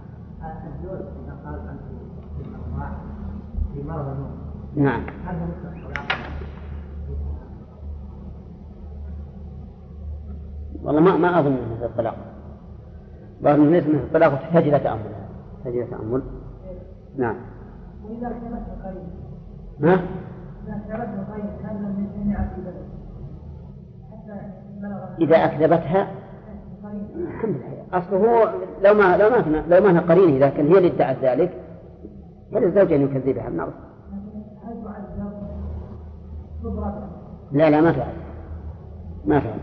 نعم والله ما ما أظن هذا الطلاق بعض الناس من الطلاق تحتاج إلى تأمل تحتاج إلى تأمل. نعم وإذا أكذبتها قريب ها؟ إذا أكذبتها قريب هذا من جميع الكذب حتى إذا أكذبتها الحمد لله أصله هو لو ما لو ما لو ما قرينه إذا كان هي اللي ادعت ذلك فللزوج أن يكذبها النار. لا لا ما فعل ما فعل.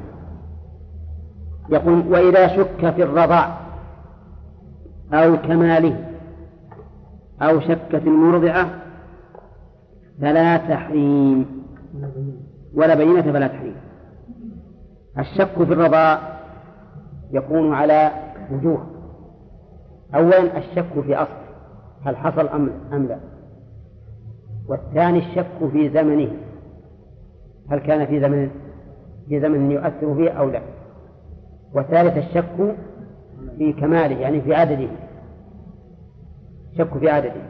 يقول وإذا شك في الرضاع أو كماله أو شك في المرضعة فلا تحريم ولا بينة فلا تحريم. الشك في الرضاع يكون على وجوه. أولا الشك في أصل هل حصل أم لا. والثاني الشك في زمنه هل كان في زمن في زمن يؤثر فيه أو لا. والثالث الشك في كماله يعني في عدده شك في عدده.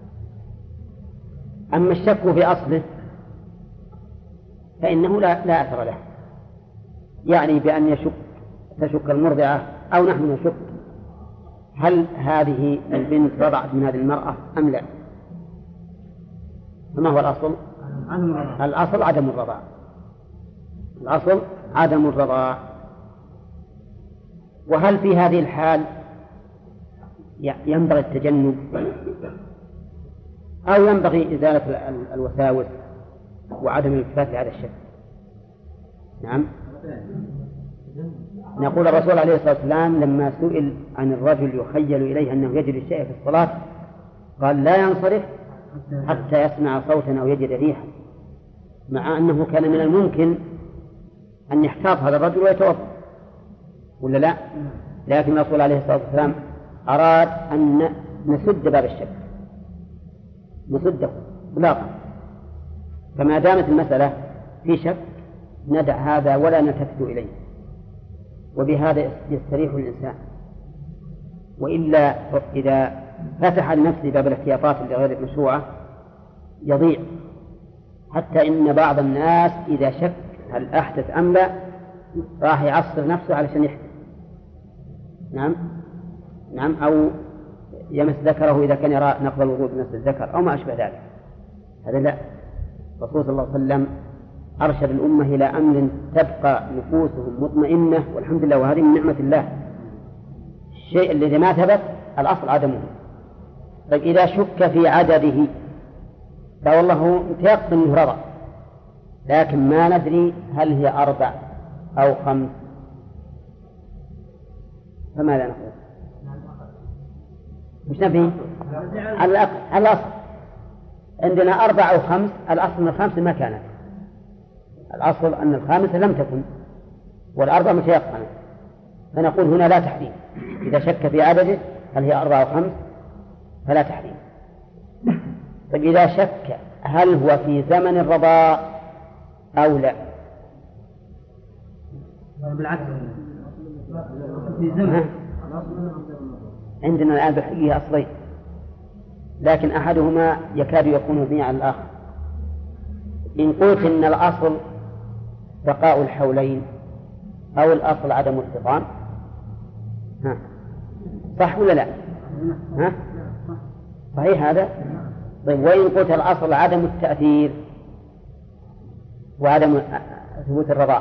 أما الشك في أصله فإنه لا, لا أثر له يعني بأن يشك تشك المرضعة أو نحن نشك هل هذه البنت رضعت من هذه المرأة أم لا. فما هو الأصل؟ الأصل عدم الرضاع. الأصل عدم الرضاع. وهل في هذه الحال ينبغي التجنب أو ينبغي إزالة الوساوس وعدم الالتفات لهذا الشك؟ نعم نقول الرسول عليه الصلاة والسلام لما سئل عن الرجل يخيل إليه أنه يجد الشيء في الصلاة قال لا ينصرف حتى يسمع صوتا أو يجد ريحا مع أنه كان من الممكن أن يحتاط هذا الرجل ويتوضأ ولا لا. لكن الرسول عليه الصلاة والسلام أراد أن نسد باب الشك نسده بلاغا فما دامت المسألة في شك ندع هذا ولا نلتفت إليه، وبهذا يستريح الإنسان. وإلا إذا فتح لنفسه باب الاحتياطات غير المشروعة يضيع، حتى إن بعض الناس إذا شك هل أحدث أم لا راح يعصر نفسه علشان يحدث. نعم نعم أو يمس ذكره إذا كان يرى نقض الوضوء بمس الذكر أو ما أشبه ذلك. هذا لا. الرسول صلى الله عليه وسلم أرشد الأمة إلى أمر تبقى نفوسهم مطمئنة والحمد لله، وهذه من نعمة الله. الشيء الذي ما ثبت الأصل عدمه. طيب إذا شك في عدده لا والله متيقن أنه رضع لكن ما ندري هل هي أربع أو خمس، فماذا نقول؟ مش نبي على الأصل عندنا أربع أو خمس، الأصل من الخامسة ما كانت، الأصل أن الخامسة لم تكن والأربع متيقنة، فنقول هنا لا تحريم. إذا شك في عدده هل هي أربع أو خمس فلا تحريم. طيب إذا شك هل هو في زمن الرضاء أو لا؟ بالعكس في زمن. عندنا الآن بحقيقة أصلين، لكن أحدهما يكاد يكون مبني على الآخر. إن قلت إن الأصل بقاء الحولين أو الأصل عدم الفطام، ها صح ولا لا؟ ها صحيح هذا. طيب وإن قلت الأصل عدم التأثير وعدم ثبوت الرضاء،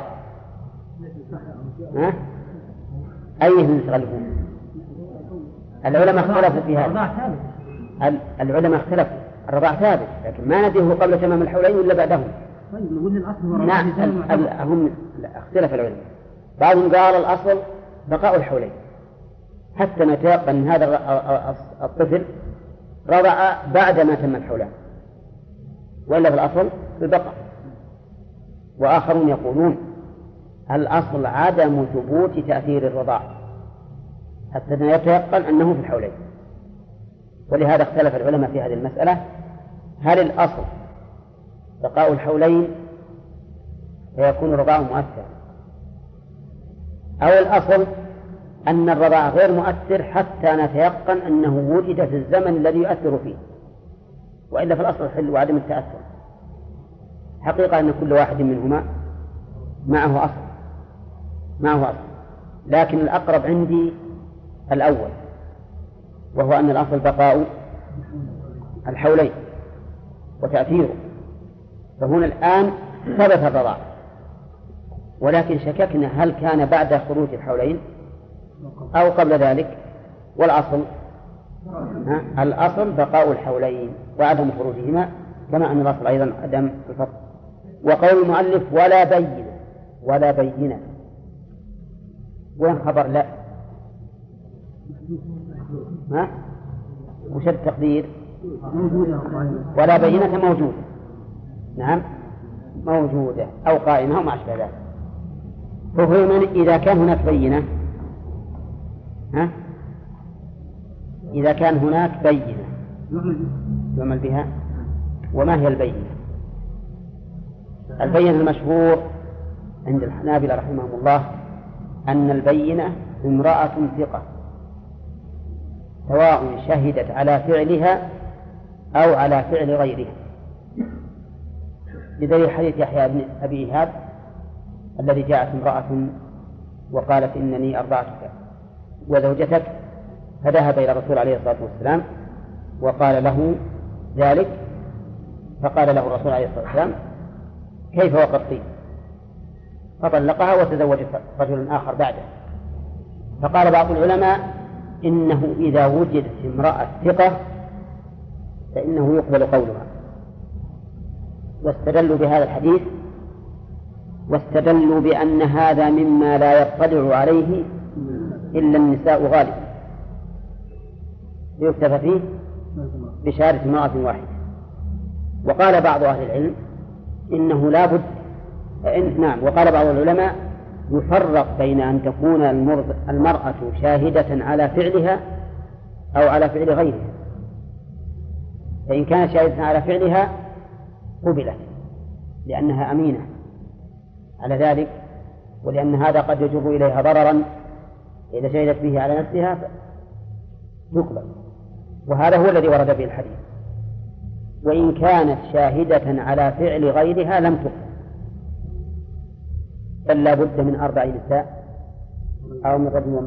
ها أيهم يغلبون؟ العلماء اختلفوا في هذا. العلماء اختلفوا. الرضاع ثابت لكن ما ندري هو قبل تمام الحولين ولا بعدهم. طيب نقول الأصل نعم هم اختلف العلماء. بعضهم قال الأصل بقاء الحولين حتى نتيقن أن هذا الطفل رضع بعد ما تم الحولان، وإلا في الأصل ببقاء. وآخرون يقولون الأصل عدم ثبوت تأثير الرضاع حتى نتيقن أنه في الحولين. ولهذا اختلف العلماء في هذه المسألة، هل الأصل بقاء الحولين فيكون الرضاع مؤثر، أو الأصل أن الرضاع غير مؤثر حتى نتيقن أنه وجد في الزمن الذي يؤثر فيه، وإلا في الأصل الحل وعدم التأثر. حقيقة أن كل واحد منهما معه أصل معه أصل لكن الأقرب عندي الأول، وهو أن الأصل بقاء الحولين وتأثيره. فهنا الآن ثبت الرضاع، ولكن شككنا هل كان بعد خروج الحولين أو قبل ذلك، والأصل الأصل بقاء الحولين وعدم خروجهما، كما أن الأصل أيضا عدم الفرق. وقول المؤلف ولا بينة ولا بينة، وين خبر لا؟ ها؟ وش التقدير؟ ولا بينة موجودة. نعم موجودة أو قائمة وما أشبه ذلك. فهو إذا كان هناك بينة، ها؟ إذا كان هناك بينة يعمل بها. وما هي البينة؟ البينة المشهور عند الحنابلة رحمهم الله أن البينة امرأة ثقة سواء شهدت على فعلها أو على فعل غيرها، بدليل حديث يحيى بن أبي إيهاب الذي جاءت امرأة وقالت إنني أرضعتك وزوجتك، فذهب إلى الرسول عليه الصلاة والسلام وقال له ذلك، فقال له الرسول عليه الصلاة والسلام كيف وقد قيل؟ فطلقها وتزوجت رجل آخر بعده. فقال بعض العلماء إنه إذا وجدت امرأة ثقة فإنه يقبل قولها، واستدلوا بهذا الحديث، واستدلوا بأن هذا مما لا يطلع عليه إلا النساء غالبا، يكتفى فيه بشهادة امرأة واحدة. وقال بعض أهل العلم إنه لا بد إن نعم وقال بعض العلماء يفرق بين أن تكون المرأة شاهدة على فعلها أو على فعل غيرها. فإن كانت شاهدة على فعلها قبلت، لأنها أمينة على ذلك، ولأن هذا قد يجر إليها ضررا إذا شهدت به على نفسها تقبل، وهذا هو الذي ورد به الحديث. وإن كانت شاهدة على فعل غيرها لم تقبل، بل لا بد من أربع نساء أو من رجل